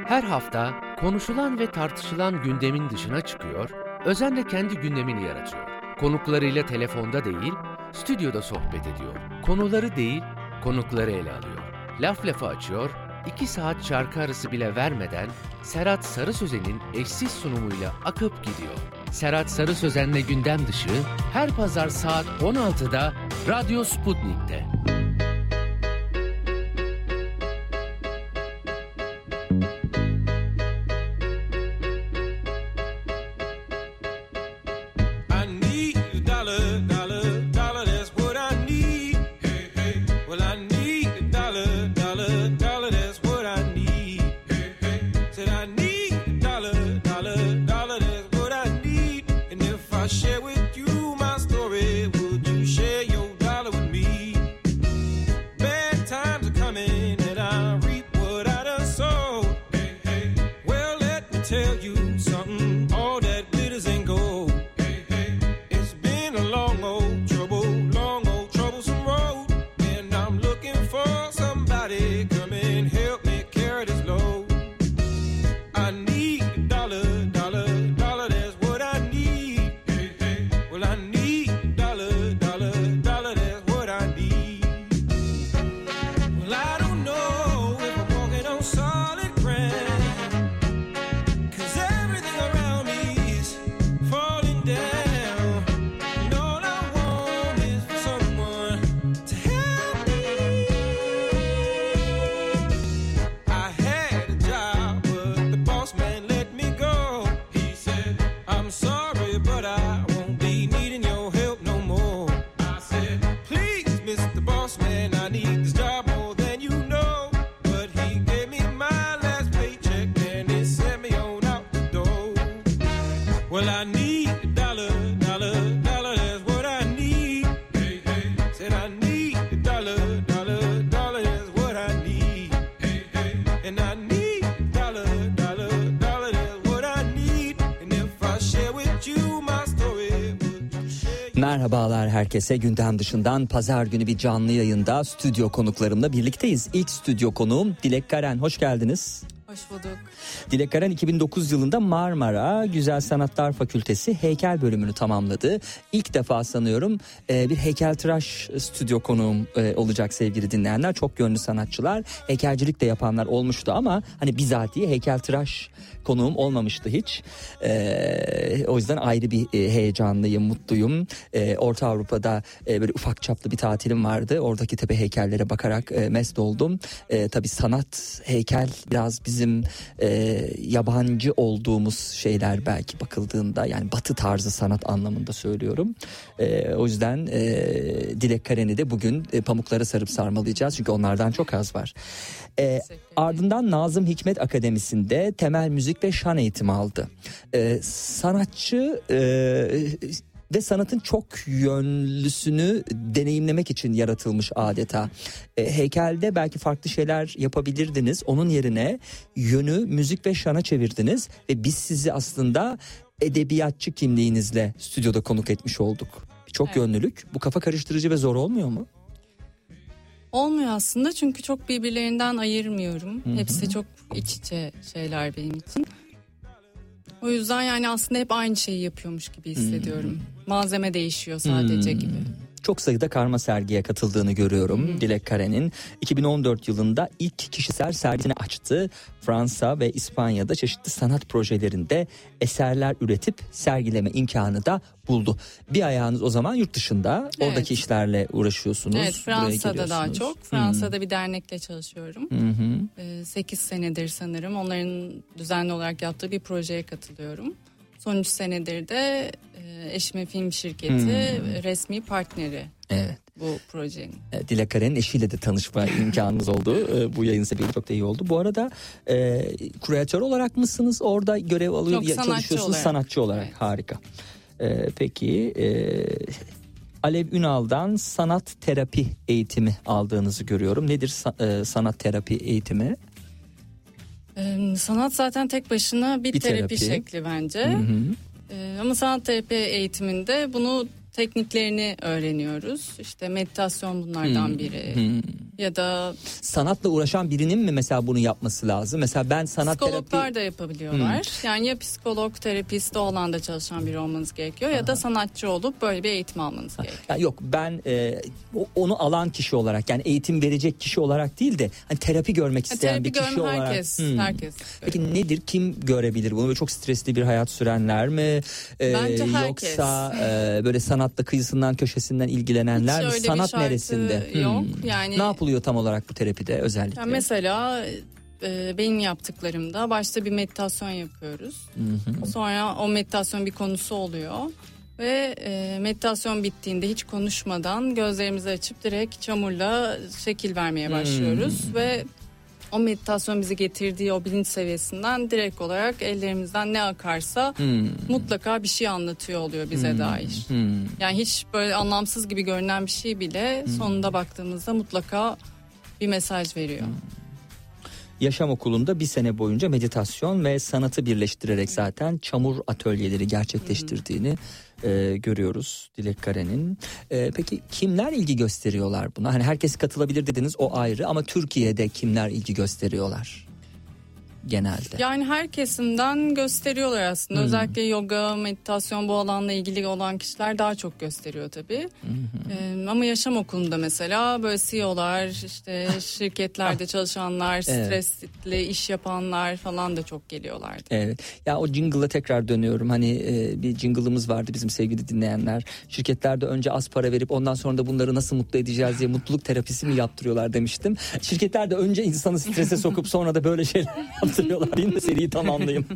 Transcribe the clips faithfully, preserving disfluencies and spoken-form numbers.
Her hafta konuşulan ve tartışılan gündemin dışına çıkıyor, özenle kendi gündemini yaratıyor. Konuklarıyla telefonda değil, stüdyoda sohbet ediyor. Konuları değil, konukları ele alıyor. Laf lafa açıyor, iki saat şarkı arası bile vermeden Serhat Sarı Sözen'in eşsiz sunumuyla akıp gidiyor. Serhat Sarı Sözen'le Gündem Dışı her pazar saat on altıda Radyo Sputnik'te. Merhabalar herkese. Gündem Dışından pazar günü bir canlı yayında stüdyo konuklarımla birlikteyiz. İlk stüdyo konuğum Dilek Karen. Hoş geldiniz. Hoş bulduk. Dilek Karen iki bin dokuz yılında Marmara Güzel Sanatlar Fakültesi heykel bölümünü tamamladı. İlk defa sanıyorum e, bir heykeltıraş stüdyo konuğum e, olacak sevgili dinleyenler. Çok gönlü sanatçılar, heykelcilik de yapanlar olmuştu ama hani bizatihi heykeltıraş konuğum olmamıştı hiç. E, o yüzden ayrı bir e, heyecanlıyım, mutluyum. E, Orta Avrupa'da e, böyle ufak çaplı bir tatilim vardı. Oradaki tepe heykellere bakarak e, mest oldum. E, tabii sanat, heykel biraz bizim e, yabancı olduğumuz şeyler belki bakıldığında, yani batı tarzı sanat anlamında söylüyorum. E, o yüzden e, Dilek Karen'i de bugün e, pamuklara sarıp sarmalayacağız çünkü onlardan çok az var. E, ardından Nazım Hikmet Akademisi'nde temel müzik ve şan eğitimi aldı. E, sanatçı e, ve sanatın çok yönlüsünü deneyimlemek için yaratılmış adeta. E, heykelde belki farklı şeyler yapabilirdiniz. Onun yerine yönü müzik ve şana çevirdiniz ve biz sizi aslında edebiyatçı kimliğinizle stüdyoda konuk etmiş olduk. Çok evet. Yönlülük. Bu kafa karıştırıcı ve zor olmuyor mu? Olmuyor aslında çünkü çok birbirlerinden ayırmıyorum. Hı-hı. Hepsi çok iç içe şeyler benim için. O yüzden yani aslında hep aynı şeyi yapıyormuş gibi hissediyorum. Hmm. Malzeme değişiyor sadece hmm. gibi. Çok sayıda karma sergiye katıldığını görüyorum hmm. Dilek Karen'in. iki bin on dört yılında ilk kişisel sergisini açtı. Fransa ve İspanya'da çeşitli sanat projelerinde eserler üretip sergileme imkanı da buldu. Bir ayağınız o zaman yurt dışında, evet. Oradaki işlerle uğraşıyorsunuz. Evet, Fransa'da daha çok. Fransa'da hmm. bir dernekle çalışıyorum. Hmm. sekiz senedir sanırım onların düzenli olarak yaptığı bir projeye katılıyorum. Son üç senedir de eşimin film şirketi hmm. resmi partneri. Evet. Bu projenin. Dilek Karen'in eşiyle de tanışma imkanımız oldu. Bu yayın sebebiyle çok da iyi oldu. Bu arada e, kuratör olarak mısınız? Orada görev alıyor, ya, çalışıyorsunuz olarak. Sanatçı olarak. Evet. Harika. E, peki e, Alev Ünal'dan sanat terapi eğitimi aldığınızı görüyorum. Nedir sa- e, sanat terapi eğitimi? Ee, sanat zaten tek başına bir, bir terapi, terapi şekli bence. Hı hı. Ee, ama sanat terapi eğitiminde bunu tekniklerini öğreniyoruz. İşte meditasyon bunlardan hmm. biri. Hmm. Ya da sanatla uğraşan birinin mi mesela bunu yapması lazım? Mesela ben sanat psikologlar terapi... da yapabiliyorlar. Hmm. Yani ya psikolog, terapist o alanda çalışan biri olmanız gerekiyor Aha. ya da sanatçı olup böyle bir eğitim almanız gerekiyor. Yani yok ben e, onu alan kişi olarak, yani eğitim verecek kişi olarak değil de hani terapi görmek isteyen terapi bir kişi olarak. Herkes, hmm. herkes. Peki böyle. Nedir? Kim görebilir bunu? Böyle çok stresli bir hayat sürenler mi? Ee, Bence herkes. Yoksa e, böyle sanatla kıyısından köşesinden ilgilenenler mi? Sanat neresinde? Yok. Hmm. Yani ne yapılıyor tam olarak bu terapide özellikle? Yani mesela e, benim yaptıklarımda başta bir meditasyon yapıyoruz. Hı hı. Sonra o meditasyon bir konusu oluyor. Ve e, meditasyon bittiğinde hiç konuşmadan gözlerimizi açıp direkt çamurla şekil vermeye başlıyoruz. Hmm. Ve o meditasyon bizi getirdiği o bilinç seviyesinden direkt olarak ellerimizden ne akarsa hmm. mutlaka bir şey anlatıyor oluyor bize hmm. dair. Hmm. Yani hiç böyle anlamsız gibi görünen bir şey bile hmm. sonunda baktığımızda mutlaka bir mesaj veriyor. Hmm. Yaşam Okulu'nda bir sene boyunca meditasyon ve sanatı birleştirerek zaten çamur atölyeleri gerçekleştirdiğini e, görüyoruz Dilek Karen'in. E, peki kimler ilgi gösteriyorlar buna? Hani herkes katılabilir dediniz, o ayrı, ama Türkiye'de kimler ilgi gösteriyorlar genelde? Yani her kesimden gösteriyorlar aslında. Hmm. Özellikle yoga, meditasyon, bu alanla ilgili olan kişiler daha çok gösteriyor tabii. Hmm. Ee, ama Yaşam Okulu'nda mesela böyle C E O'lar, işte şirketlerde çalışanlar, stresli iş yapanlar falan da çok geliyorlardı. Evet. Ya o jingle'a tekrar dönüyorum. Hani e, bir jingle'ımız vardı bizim sevgili dinleyenler. Şirketlerde önce az para verip ondan sonra da bunları nasıl mutlu edeceğiz diye mutluluk terapisi mi yaptırıyorlar demiştim. Şirketlerde önce insanı strese sokup sonra da böyle şeyler yaptırıyorlar değil mi? Seriyi tamamlayayım.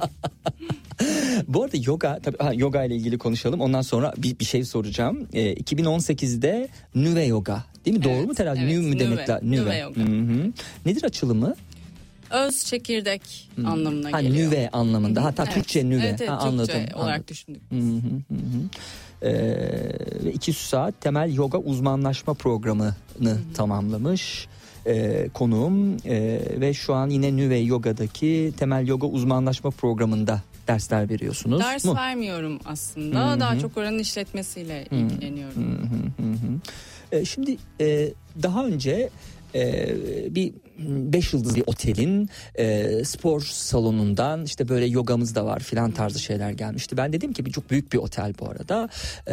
Bu arada yoga, tabii ha, yoga ile ilgili konuşalım. Ondan sonra bir, bir şey soracağım. E, iki bin on sekizde Nüve Yoga değil mi? Evet, doğru mu telaffuz? Evet, Nü mü demek lazım? Nüve. Nüve Yoga. Hı-hı. Nedir açılımı? Öz çekirdek hmm. anlamına ha, geliyor. Nüve anlamında. Hatta evet. Türkçe nüve. Evet, evet ha, Türkçe anladım, olarak anladım. düşündük. Hı hı hı. Ee, ve iki saat temel yoga uzmanlaşma programını Hı-hı. tamamlamış. Ee, konuğum ee, ve şu an yine Nüve Yoga'daki temel yoga uzmanlaşma programında dersler veriyorsunuz. Ders mu? vermiyorum aslında. Hı-hı. Daha çok oranın işletmesiyle Hı-hı. ilgileniyorum. Hı-hı. Hı-hı. Ee, şimdi e, daha önce Ee, bir beş yıldızlı bir otelin e, spor salonundan işte böyle yogamız da var filan tarzı şeyler gelmişti. Ben dedim ki bir çok büyük bir otel bu arada. Ee,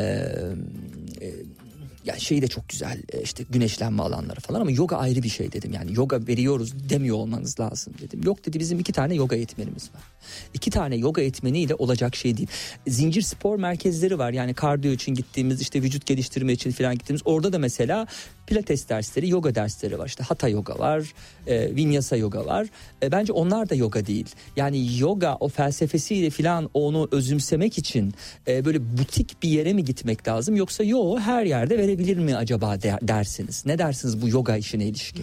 e, Yani şey de çok güzel, işte güneşlenme alanları falan, ama yoga ayrı bir şey dedim. Yani yoga veriyoruz demiyor olmanız lazım dedim. Yok dedi, bizim iki tane yoga eğitmenimiz var. İki tane yoga eğitmeniyle olacak şey değil. Zincir spor merkezleri var. Yani kardiyo için gittiğimiz, işte vücut geliştirme için falan gittiğimiz. Orada da mesela pilates dersleri, yoga dersleri var. İşte hatha yoga var, e, vinyasa yoga var. E, bence onlar da yoga değil. Yani yoga o felsefesiyle falan onu özümsemek için e, böyle butik bir yere mi gitmek lazım? Yoksa yo, her yerde verebilir mi acaba dersiniz? Ne dersiniz bu yoga işine ilişkin?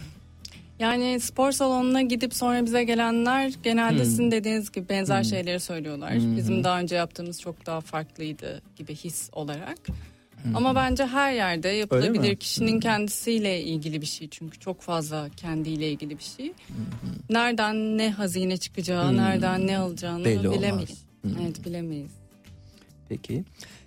Yani spor salonuna gidip sonra bize gelenler genelde hmm. sizin dediğiniz gibi benzer hmm. şeyleri söylüyorlar. Hmm. Bizim daha önce yaptığımız çok daha farklıydı gibi his olarak. Hmm. Ama bence her yerde yapılabilir. Kişinin hmm. kendisiyle ilgili bir şey, çünkü çok fazla kendiyle ilgili bir şey. Hmm. Nereden ne hazine çıkacağı, hmm. nereden ne alacağını Belli bilemeyiz. Hmm. Evet, bilemeyiz. Peki.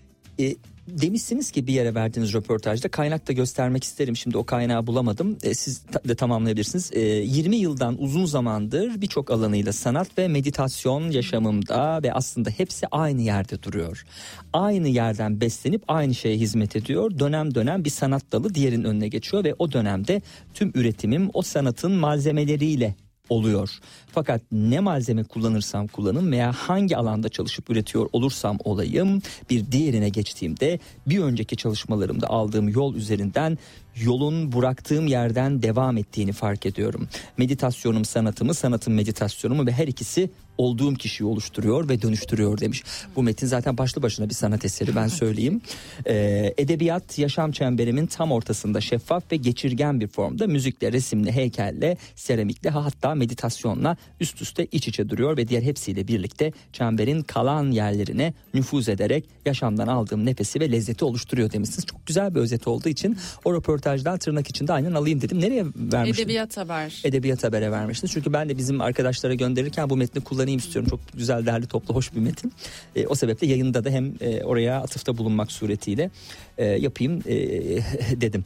E, demişsiniz ki bir yere verdiğiniz röportajda, kaynak da göstermek isterim. Şimdi o kaynağı bulamadım. E, siz de tamamlayabilirsiniz. E, yirmi yıldan uzun zamandır birçok alanıyla sanat ve meditasyon yaşamımda ve aslında hepsi aynı yerde duruyor. Aynı yerden beslenip aynı şeye hizmet ediyor. Dönem dönem bir sanat dalı diğerinin önüne geçiyor ve o dönemde tüm üretimim o sanatın malzemeleriyle oluyor. Fakat ne malzeme kullanırsam kullanım veya hangi alanda çalışıp üretiyor olursam olayım, bir diğerine geçtiğimde bir önceki çalışmalarımda aldığım yol üzerinden yolun bıraktığım yerden devam ettiğini fark ediyorum. Meditasyonum sanatımı, sanatım meditasyonumu ve her ikisi olduğum kişiyi oluşturuyor ve dönüştürüyor demiş. Bu metin zaten başlı başına bir sanat eseri, ben söyleyeyim. Ee, edebiyat yaşam çemberimin tam ortasında şeffaf ve geçirgen bir formda müzikle, resimle, heykelle, seramikle, hatta meditasyonla üst üste iç içe duruyor ve diğer hepsiyle birlikte çemberin kalan yerlerine nüfuz ederek yaşamdan aldığım nefesi ve lezzeti oluşturuyor demişsiniz. Çok güzel bir özet olduğu için o röportajdan tırnak içinde aynen alayım dedim. Nereye vermiştiniz? Edebiyat Haber. Edebiyat Haber'e vermiştiniz. Çünkü ben de bizim arkadaşlara gönderirken bu metni kullanayım istiyorum. Çok güzel, değerli, toplu, hoş bir metin. E, o sebeple yayında da hem e, oraya atıfta bulunmak suretiyle e, yapayım e, dedim.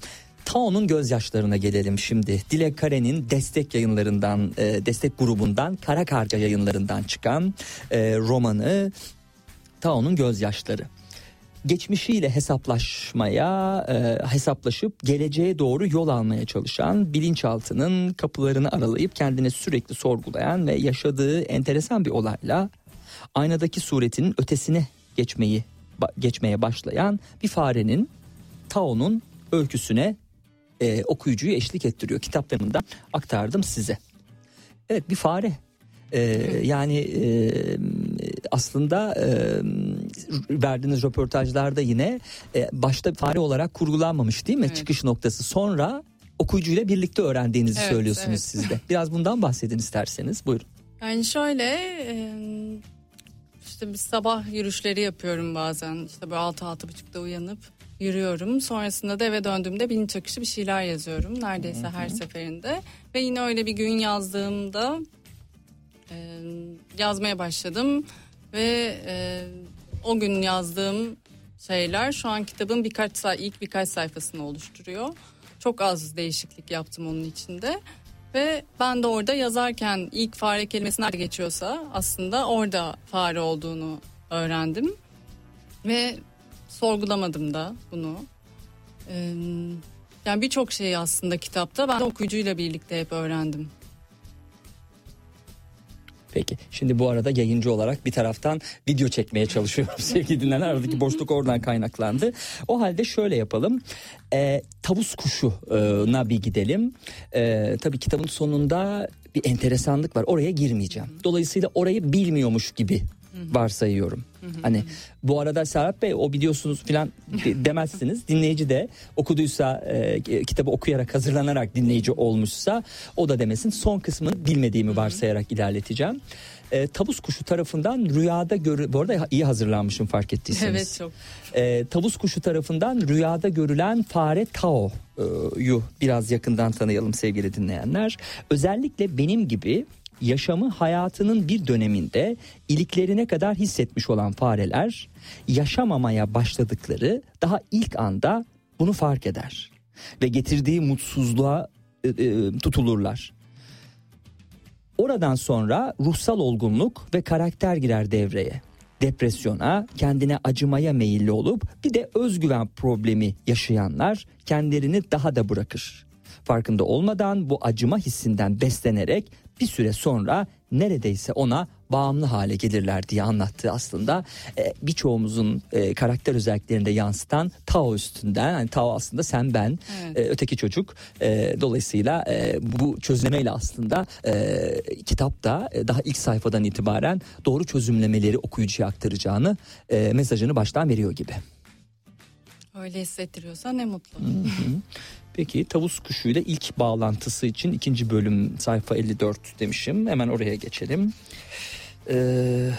Tao'nun gözyaşlarına gelelim şimdi. Dilek Kare'nin destek yayınlarından, e, destek grubundan, Kara Karga yayınlarından çıkan e, romanı Tao'nun gözyaşları. Geçmişiyle hesaplaşmaya, e, hesaplaşıp geleceğe doğru yol almaya çalışan, bilinçaltının kapılarını aralayıp kendini sürekli sorgulayan ve yaşadığı enteresan bir olayla aynadaki suretinin ötesine geçmeyi geçmeye başlayan bir farenin, Tao'nun öyküsüne e, okuyucuyu eşlik ettiriyor. Kitaplarımda aktardım size. Evet, bir fare. Ee, yani e, aslında e, verdiğiniz röportajlarda yine e, başta fare olarak kurgulanmamış değil mi? Evet. Çıkış noktası sonra okuyucuyla birlikte öğrendiğinizi evet, söylüyorsunuz evet. siz de. Biraz bundan bahsedin isterseniz, buyurun. Yani şöyle işte bir sabah yürüyüşleri yapıyorum bazen, işte böyle altı altı buçukta uyanıp yürüyorum. Sonrasında da eve döndüğümde bilinç akışı bir şeyler yazıyorum neredeyse Hı-hı. her seferinde. Ve yine öyle bir gün yazdığımda e, yazmaya başladım ve e, o gün yazdığım şeyler şu an kitabın birkaç say- ilk birkaç sayfasını oluşturuyor. Çok az değişiklik yaptım onun içinde. Ve ben de orada yazarken ilk fare kelimesi nerede geçiyorsa aslında orada fare olduğunu öğrendim. Ve sorgulamadım da bunu. Ee, yani birçok şeyi aslında kitapta ben de okuyucuyla birlikte hep öğrendim. Peki, şimdi bu arada yayıncı olarak bir taraftan video çekmeye çalışıyorum sevgili dinleyenler. Aradaki boşluk oradan kaynaklandı. O halde şöyle yapalım. Ee, tavus kuşuna bir gidelim. Ee, tabii kitabın sonunda bir enteresanlık var. Oraya girmeyeceğim. Dolayısıyla orayı bilmiyormuş gibi varsayıyorum. Hani bu arada Serhat Bey o biliyorsunuz filan demezsiniz. Dinleyici de okuduysa, e, kitabı okuyarak, hazırlanarak dinleyici olmuşsa o da demesin. Son kısmını bilmediğimi varsayarak ilerleteceğim. E, tavus kuşu tarafından rüyada görü... Bu arada iyi hazırlanmışım, fark ettiyseniz. Evet, çok. E, tavus kuşu tarafından rüyada görülen fare Tao'yu biraz yakından tanıyalım sevgili dinleyenler. Özellikle benim gibi yaşamı hayatının bir döneminde iliklerine kadar hissetmiş olan fareler yaşamamaya başladıkları daha ilk anda bunu fark eder ve getirdiği mutsuzluğa e, e, tutulurlar. Oradan sonra ruhsal olgunluk ve karakter girer devreye. Depresyona, kendine acımaya meyilli olup bir de özgüven problemi yaşayanlar kendilerini daha da bırakır. Farkında olmadan bu acıma hissinden beslenerek bir süre sonra neredeyse ona bağımlı hale gelirler diye anlattı aslında. Ee, birçoğumuzun e, karakter özelliklerinde yansıtan Tao üstünden. Yani Tao aslında sen, ben, evet. e, öteki çocuk. E, dolayısıyla e, bu çözümlemeyle aslında e, kitapta e, daha ilk sayfadan itibaren doğru çözümlemeleri okuyucuya aktaracağını, e, mesajını baştan veriyor gibi. Öyle hissettiriyorsa ne mutlu. Peki tavus kuşuyla ilk bağlantısı için ikinci bölüm sayfa elli dört demişim. Hemen oraya geçelim. Ee,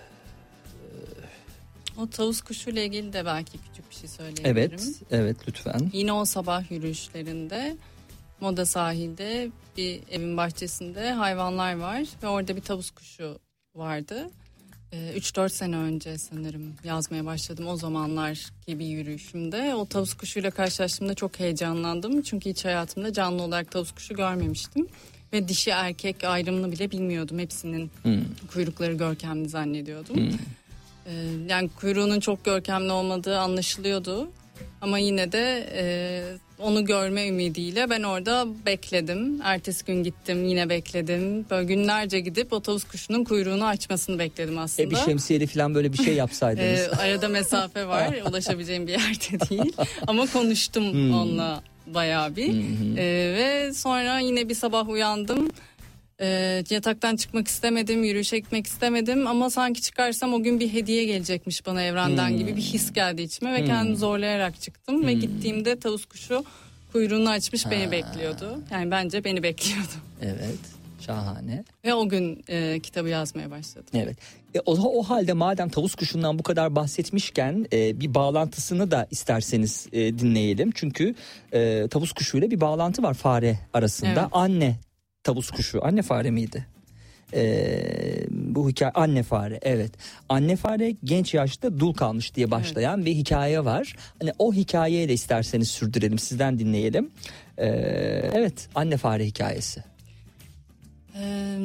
o tavus kuşuyla ilgili de belki küçük bir şey söyleyebilirim. Evet, evet lütfen. Yine o sabah yürüyüşlerinde Moda sahilde bir evin bahçesinde hayvanlar var ve orada bir tavus kuşu vardı. üç dört sene önce sanırım yazmaya başladım, o zamanlar gibi yürüyüşümde. O tavus kuşuyla karşılaştığımda çok heyecanlandım. Çünkü hiç hayatımda canlı olarak tavus kuşu görmemiştim. Ve dişi erkek ayrımını bile bilmiyordum. Hepsinin hmm. kuyrukları görkemli zannediyordum. Hmm. Ee, yani kuyruğunun çok görkemli olmadığı anlaşılıyordu. Ama yine de e, onu görme ümidiyle ben orada bekledim. Ertesi gün gittim, yine bekledim. Böyle günlerce gidip o tavus kuşunun kuyruğunu açmasını bekledim aslında. E bir şemsiyeli falan böyle bir şey yapsaydınız. e, arada mesafe var, ulaşabileceğim bir yerde değil. Ama konuştum hmm. onunla bayağı bir. Hmm. E, ve sonra yine bir sabah uyandım. E, yataktan çıkmak istemedim, yürüyüşe gitmek istemedim ama sanki çıkarsam o gün bir hediye gelecekmiş bana evrenden hmm. gibi bir his geldi içime ve hmm. kendimi zorlayarak çıktım hmm. ve gittiğimde tavus kuşu kuyruğunu açmış ha. beni bekliyordu. Yani bence beni bekliyordu. Evet, şahane. Ve o gün e, kitabı yazmaya başladım. Evet. E, o, o halde madem tavus kuşundan bu kadar bahsetmişken e, bir bağlantısını da isterseniz e, dinleyelim. Çünkü e, tavus kuşuyla bir bağlantı var fare arasında. Evet. Anne tavus kuşu, anne fare miydi? Ee, bu hikaye Anne Fare, evet. Anne Fare genç yaşta dul kalmış diye başlayan evet. bir hikaye var. Hani o hikayeyi de isterseniz sürdürelim, sizden dinleyelim. Ee, evet, Anne Fare hikayesi. Ee,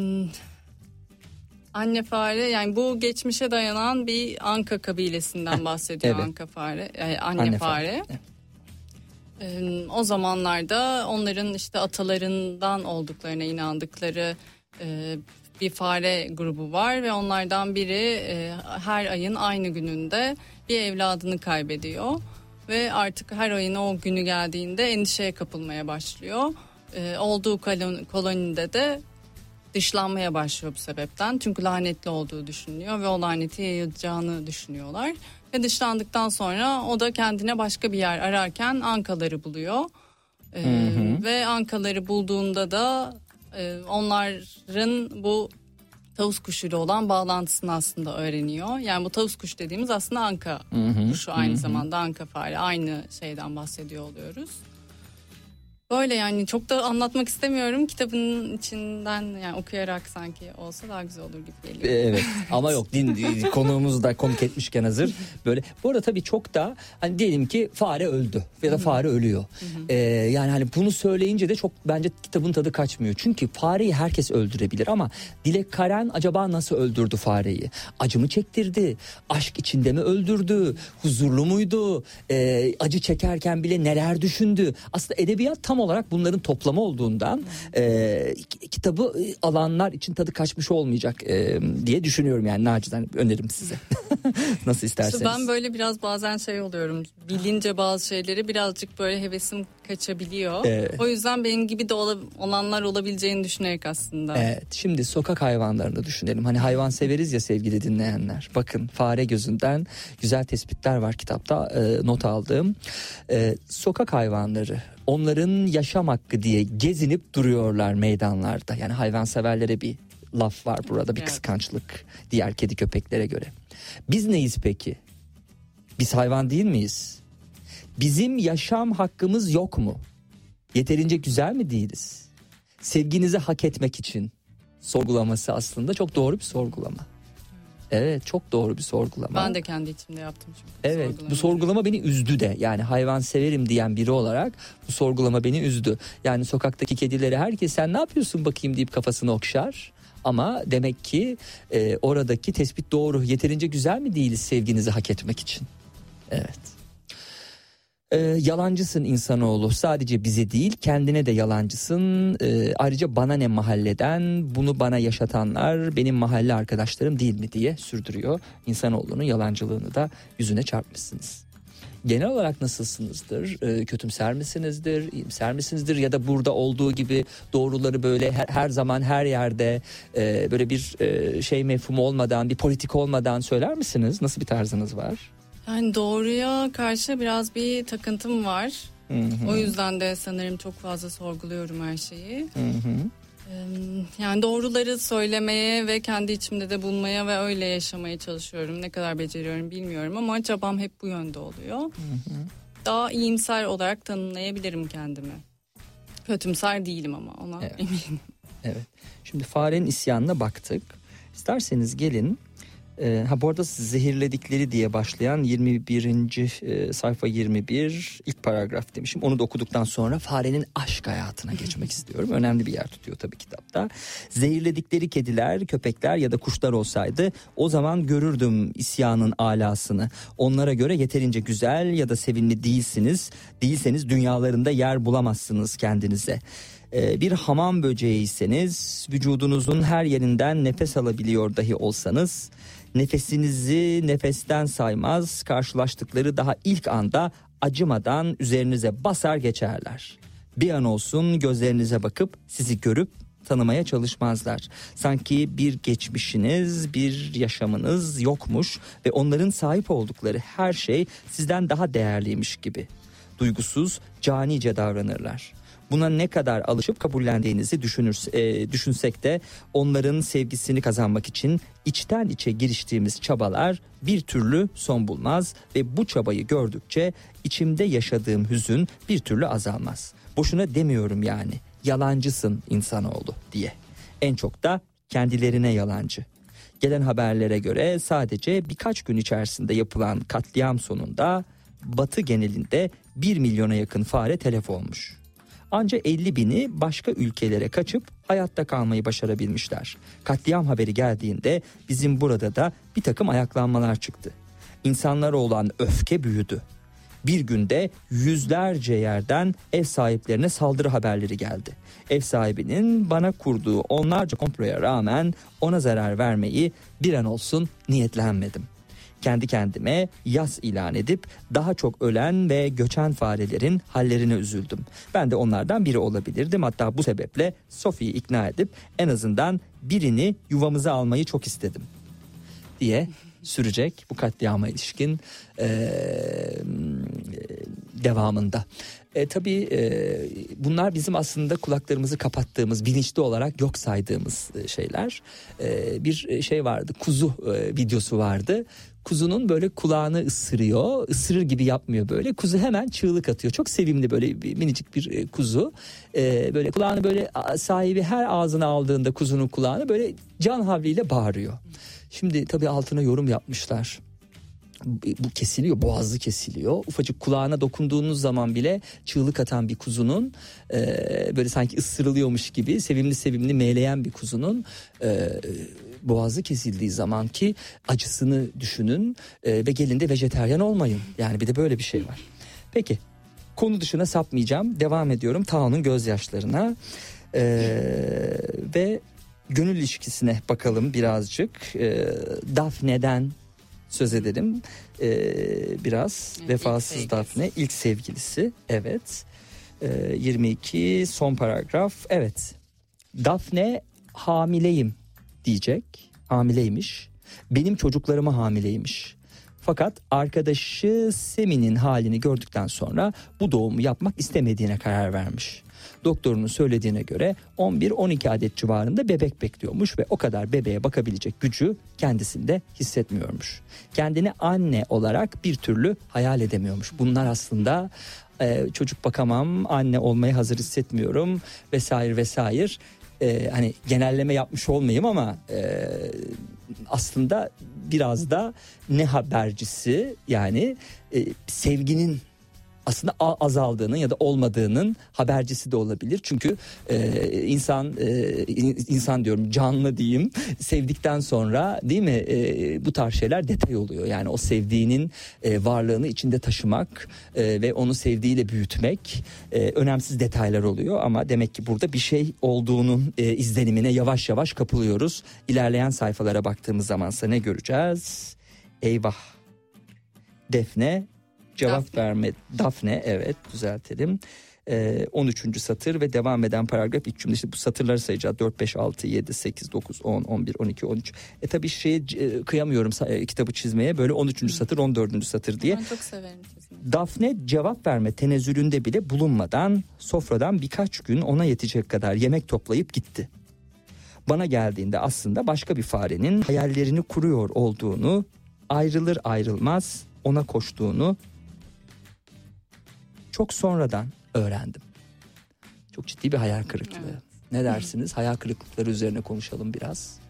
Anne Fare, yani bu geçmişe dayanan bir Anka kabilesinden bahsediyor. Evet. Anka Fare, yani Anne, Anne Fare. Fare. Evet. Ee, o zamanlarda onların işte atalarından olduklarına inandıkları e, bir fare grubu var ve onlardan biri e, her ayın aynı gününde bir evladını kaybediyor ve artık her ayın o günü geldiğinde endişeye kapılmaya başlıyor. E, olduğu kolon, kolonide de dışlanmaya başlıyor bu sebepten, çünkü lanetli olduğu düşünülüyor ve o laneti yayacağını düşünüyorlar. Ve dışlandıktan sonra o da kendine başka bir yer ararken Ankaları buluyor. Ee, hı hı. Ve Ankaları bulduğunda da e, onların bu tavus kuşuyla olan bağlantısını aslında öğreniyor. Yani bu tavus kuş dediğimiz aslında Anka hı hı. kuşu, aynı hı hı. zamanda Anka Fare, aynı şeyden bahsediyor oluyoruz. Böyle, yani çok da anlatmak istemiyorum. Kitabın içinden yani okuyarak sanki olsa daha güzel olur gibi geliyor. Evet ama yok, din konuğumuzu da konuk etmişken hazır. Böyle bu arada tabii çok da hani diyelim ki fare öldü ya da fare ölüyor. Ee, yani hani bunu söyleyince de çok bence kitabın tadı kaçmıyor. Çünkü fareyi herkes öldürebilir ama Dilek Karen acaba nasıl öldürdü fareyi? Acı mı çektirdi? Aşk içinde mi öldürdü? Huzurlu muydu? Ee, acı çekerken bile neler düşündü? Aslında edebiyat tam olarak bunların toplamı olduğundan e, kitabı alanlar için tadı kaçmış olmayacak e, diye düşünüyorum, yani nacizane önerim size. Nasıl isterseniz. İşte ben böyle biraz bazen şey oluyorum, bilince bazı şeyleri birazcık böyle hevesim kaçabiliyor. Evet. O yüzden benim gibi de olanlar olabileceğini düşünerek aslında. Evet, şimdi sokak hayvanlarını düşünelim. Hani hayvan severiz ya sevgili dinleyenler. Bakın, fare gözünden güzel tespitler var kitapta, e, not aldığım. E, sokak hayvanları, onların yaşam hakkı diye gezinip duruyorlar meydanlarda. Yani hayvanseverlere bir laf var burada, bir evet. kıskançlık diğer kedi köpeklere göre. Biz neyiz peki? Biz hayvan değil miyiz? Bizim yaşam hakkımız yok mu? Yeterince güzel mi değiliz? Sevginizi hak etmek için sorgulaması aslında çok doğru bir sorgulama. Evet, çok doğru bir sorgulama. Ben de kendi içimde yaptım çünkü. Evet, bu sorgulama beni üzdü de. Yani hayvan severim diyen biri olarak bu sorgulama beni üzdü. Yani sokaktaki kedileri herkes sen ne yapıyorsun bakayım deyip kafasını okşar. Ama demek ki e, oradaki tespit doğru. Yeterince güzel mi değiliz sevginizi hak etmek için? Evet. Ee, yalancısın insanoğlu, sadece bize değil kendine de yalancısın. Ee, ayrıca bana ne mahalleden, bunu bana yaşatanlar benim mahalle arkadaşlarım değil mi diye sürdürüyor. İnsanoğlunun yalancılığını da yüzüne çarpmışsınız. Genel olarak nasılsınızdır? Ee, kötümser misinizdir, iyimser misinizdir, ya da burada olduğu gibi doğruları böyle her, her zaman her yerde e, böyle bir e, şey mefhumu olmadan, bir politik olmadan söyler misiniz? Nasıl bir tarzınız var? Yani doğruya karşı biraz bir takıntım var. Hı hı. O yüzden de sanırım çok fazla sorguluyorum her şeyi. Hı hı. Yani doğruları söylemeye ve kendi içimde de bulmaya ve öyle yaşamaya çalışıyorum. Ne kadar beceriyorum bilmiyorum ama çabam hep bu yönde oluyor. Hı hı. Daha iyimser olarak tanımlayabilirim kendimi. Kötümser değilim ama ona evet. eminim. Evet. Şimdi farenin isyanına baktık. İsterseniz gelin. Ee, ha bu arada zehirledikleri diye başlayan yirmi birinci E, sayfa yirmi bir ilk paragraf demişim. Onu da okuduktan sonra farenin aşk hayatına geçmek istiyorum. Önemli bir yer tutuyor tabii kitapta. Zehirledikleri kediler, köpekler ya da kuşlar olsaydı o zaman görürdüm isyanın alasını. Onlara göre yeterince güzel ya da sevimli değilsiniz. Değilseniz dünyalarında yer bulamazsınız kendinize. Bir hamam böceğiyseniz, vücudunuzun her yerinden nefes alabiliyor dahi olsanız, nefesinizi nefesten saymaz, karşılaştıkları daha ilk anda acımadan üzerinize basar geçerler. Bir an olsun gözlerinize bakıp sizi görüp tanımaya çalışmazlar. Sanki bir geçmişiniz, bir yaşamınız yokmuş ve onların sahip oldukları her şey sizden daha değerliymiş gibi. Duygusuz, canice davranırlar. Buna ne kadar alışıp kabullendiğinizi düşünür, e, düşünsek de onların sevgisini kazanmak için içten içe giriştiğimiz çabalar bir türlü son bulmaz ve bu çabayı gördükçe içimde yaşadığım hüzün bir türlü azalmaz. Boşuna demiyorum yani, yalancısın insanoğlu diye. En çok da kendilerine yalancı. Gelen haberlere göre sadece birkaç gün içerisinde yapılan katliam sonunda Batı genelinde bir milyona yakın fare telef olmuş. Ancak elli bini başka ülkelere kaçıp hayatta kalmayı başarabilmişler. Katliam haberi geldiğinde bizim burada da bir takım ayaklanmalar çıktı. İnsanlara olan öfke büyüdü. Bir günde yüzlerce yerden ev sahiplerine saldırı haberleri geldi. Ev sahibinin bana kurduğu onlarca komploya rağmen ona zarar vermeyi bir an olsun niyetlenmedim. Kendi kendime yas ilan edip daha çok ölen ve göçen farelerin hallerine üzüldüm. Ben de onlardan biri olabilirdim. Hatta bu sebeple Sophie'yi ikna edip en azından birini yuvamıza almayı çok istedim diye sürecek bu katliama ilişkin e, devamında. E, tabii e, bunlar bizim aslında kulaklarımızı kapattığımız, bilinçli olarak yok saydığımız şeyler. E, bir şey vardı, kuzu e, videosu vardı. Kuzunun böyle kulağını ısırıyor, ısırır gibi yapmıyor böyle. Kuzu hemen çığlık atıyor. Çok sevimli böyle bir, minicik bir kuzu. E, böyle kulağını böyle sahibi her ağzına aldığında kuzunun kulağını böyle can havliyle bağırıyor. Şimdi tabii altına yorum yapmışlar. Bu kesiliyor, boğazı kesiliyor. Ufacık kulağına dokunduğunuz zaman bile çığlık atan bir kuzunun e, böyle sanki ısırılıyormuş gibi sevimli sevimli meyleyen bir kuzunun e, boğazı kesildiği zamanki acısını düşünün e, ve gelin de vejeteryan olmayın. Yani bir de böyle bir şey var. Peki, konu dışına sapmayacağım. Devam ediyorum Tao'nun gözyaşlarına e, ve gönül ilişkisine bakalım birazcık. E, Daphne'den söz edelim ee, biraz. Evet, vefasız ilk Daphne ilk sevgilisi, evet. ee, yirmi iki son paragraf, evet. Daphne hamileyim diyecek, hamileymiş, benim çocuklarıma hamileymiş. Fakat arkadaşı Semi'nin halini gördükten sonra bu doğumu yapmak istemediğine karar vermiş. Doktorunun söylediğine göre on bir on iki adet civarında bebek bekliyormuş ve o kadar bebeğe bakabilecek gücü kendisinde hissetmiyormuş. Kendini anne olarak bir türlü hayal edemiyormuş. Bunlar aslında e, çocuk bakamam, anne olmaya hazır hissetmiyorum vesaire vesaire. E, hani genelleme yapmış olmayayım ama e, aslında biraz da ne habercisi, yani e, sevginin aslında azaldığının ya da olmadığının habercisi de olabilir. Çünkü e, insan e, insan diyorum canlı diyeyim, sevdikten sonra değil mi e, bu tarz şeyler detay oluyor. Yani o sevdiğinin e, varlığını içinde taşımak e, ve onu sevdiğiyle büyütmek e, önemsiz detaylar oluyor. Ama demek ki burada bir şey olduğunun e, izlenimine yavaş yavaş kapılıyoruz. İlerleyen sayfalara baktığımız zamansa ne göreceğiz? Eyvah. Defne cevap Daphne. verme. Daphne, evet, düzeltelim. Ee, on üçüncü satır ve devam eden paragraf ilk cümle. İşte bu satırları sayacağız. dört, beş, altı, yedi, sekiz, dokuz, on, on bir, on iki, on üç. E tabii şey e, kıyamıyorum e, kitabı çizmeye. Böyle on üçüncü satır, on dördüncü satır diye. Ben çok severim çizmeyi. Daphne cevap verme tenezzülünde bile bulunmadan sofradan birkaç gün ona yetecek kadar yemek toplayıp gitti. Bana geldiğinde aslında başka bir farenin hayallerini kuruyor olduğunu, ayrılır ayrılmaz ona koştuğunu çok sonradan öğrendim. Çok ciddi bir hayal kırıklığı. Evet. Ne dersiniz? Hayal kırıklıkları üzerine konuşalım biraz.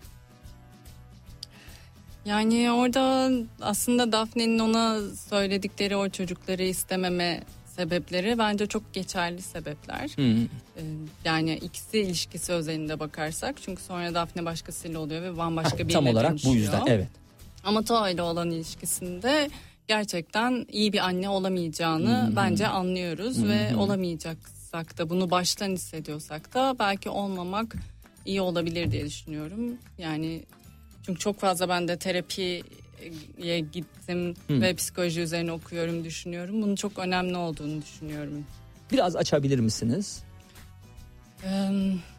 Yani orada aslında Daphne'nin ona söyledikleri o çocukları istememe sebepleri bence çok geçerli sebepler. Hmm. Yani ikisi ilişkisi özelinde bakarsak. Çünkü sonra Daphne başkasıyla oluyor ve bambaşka biriyle dönüşüyor. Tam olarak bu yüzden, evet. Ama Tao ile olan ilişkisinde gerçekten iyi bir anne olamayacağını hmm. bence anlıyoruz hmm. ve olamayacaksak da bunu baştan hissediyorsak da belki olmamak iyi olabilir diye düşünüyorum. Yani çünkü çok fazla ben de terapiye gittim hmm. ve psikoloji üzerine okuyorum, düşünüyorum. Bunun çok önemli olduğunu düşünüyorum. Biraz açabilir misiniz? Ee,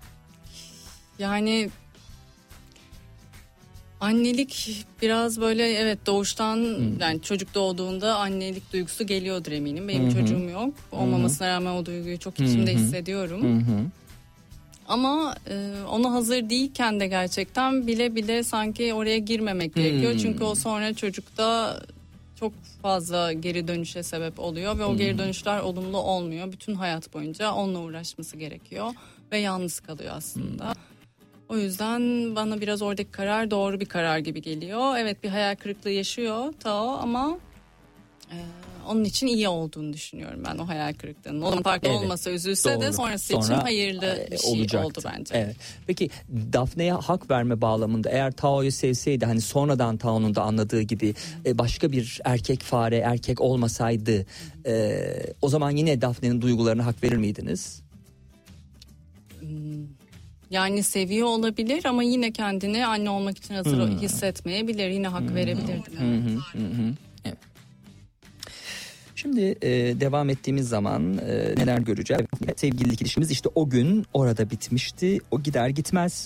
yani annelik biraz böyle, evet, doğuştan hmm. yani çocuk doğduğunda annelik duygusu geliyordur eminim. Benim hmm. çocuğum yok. Olmamasına hmm. rağmen o duyguyu çok içimde hmm. hissediyorum. Hmm. Ama e, ona hazır değilken de gerçekten bile bile sanki oraya girmemek hmm. gerekiyor. Çünkü o sonra çocukta çok fazla geri dönüşe sebep oluyor ve o hmm. geri dönüşler olumlu olmuyor. Bütün hayat boyunca onunla uğraşması gerekiyor ve yalnız kalıyor aslında. Hmm. O yüzden bana biraz oradaki karar doğru bir karar gibi geliyor. Evet, bir hayal kırıklığı yaşıyor Tao ama e, onun için iyi olduğunu düşünüyorum ben o hayal kırıklığının. Onun farklı evet, olmasa, üzülse doğru. de sonrası Sonra, için hayırlı bir şey olacaktı. Oldu bence. Evet. Peki Daphne'ye hak verme bağlamında eğer Tao'yu sevseydi, hani sonradan Tao'nun da anladığı gibi e, başka bir erkek fare erkek olmasaydı e, o zaman yine Daphne'nin duygularına hak verir miydiniz? Yani seviyor olabilir ama yine kendini anne olmak için hazır hmm. hissetmeyebilir. Yine hak hmm. verebilirdim. Yani. Hmm. Hmm. Evet. Şimdi e, devam ettiğimiz zaman e, neler göreceğiz? Sevgililik ilişkimiz işte o gün orada bitmişti. O gider gitmez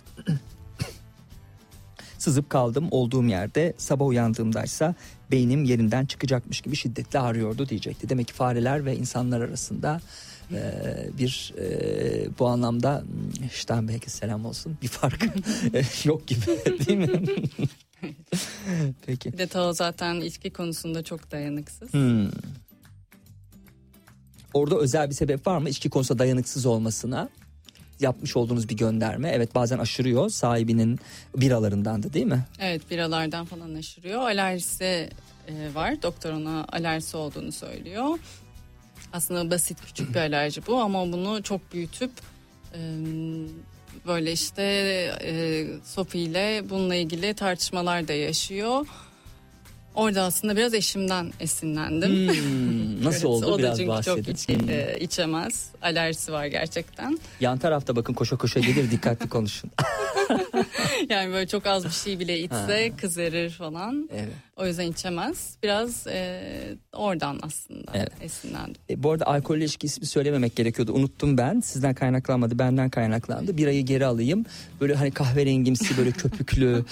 sızıp kaldım olduğum yerde. Sabah uyandığımdaysa beynim yerinden çıkacakmış gibi şiddetle ağrıyordu diyecekti. Demek ki fareler ve insanlar arasında Ee, bir e, bu anlamda Steinbeck'e selam olsun, bir fark yok gibi değil mi? Peki. Bir de Tao zaten içki konusunda çok dayanıksız. Hmm. Orada özel bir sebep var mı içki konusunda dayanıksız olmasına? Yapmış olduğunuz bir gönderme. Evet, bazen aşırıyor, sahibinin biralarındandı değil mi? Evet, biralardan falan aşırıyor. Alerjisi e, var. Doktor ona alerjisi olduğunu söylüyor. Aslında basit, küçük bir alerji bu ama bunu çok büyütüp e, böyle işte e, Sophie ile bununla ilgili tartışmalar da yaşıyor. Orada aslında biraz eşimden esinlendim. Hmm, nasıl oldu? O biraz da bahsedin. çünkü çok iç, e, içemez. Alerjisi var gerçekten. Yan tarafta bakın koşa koşa gelir, dikkatli konuşun. Yani böyle çok az bir şey bile içse ha. kızarır falan. Evet. O yüzden içemez. Biraz e, oradan aslında evet. esinlendim. E, bu arada alkolle ilişki ismi söylememek gerekiyordu. Unuttum ben. Sizden kaynaklanmadı, benden kaynaklandı. Birayı geri alayım. Böyle hani kahverengimsi, böyle köpüklü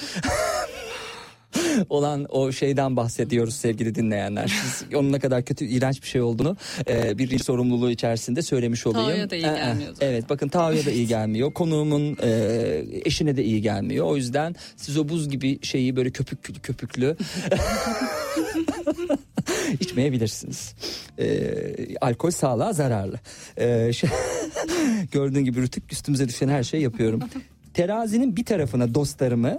olan o şeyden bahsediyoruz sevgili dinleyenler. Siz onun ne kadar kötü, iğrenç bir şey olduğunu e, bir sorumluluğu içerisinde söylemiş olayım. Tao'ya da iyi gelmiyor zaten. Evet, bakın Tao'ya da iyi gelmiyor. Konuğumun e, eşine de iyi gelmiyor. O yüzden siz o buz gibi şeyi böyle köpüklü köpüklü içmeyebilirsiniz. E, alkol sağlığa zararlı. E, şey, gördüğün gibi Rütük, üstümüze düşen her şeyi yapıyorum. Terazinin bir tarafına dostlarımı,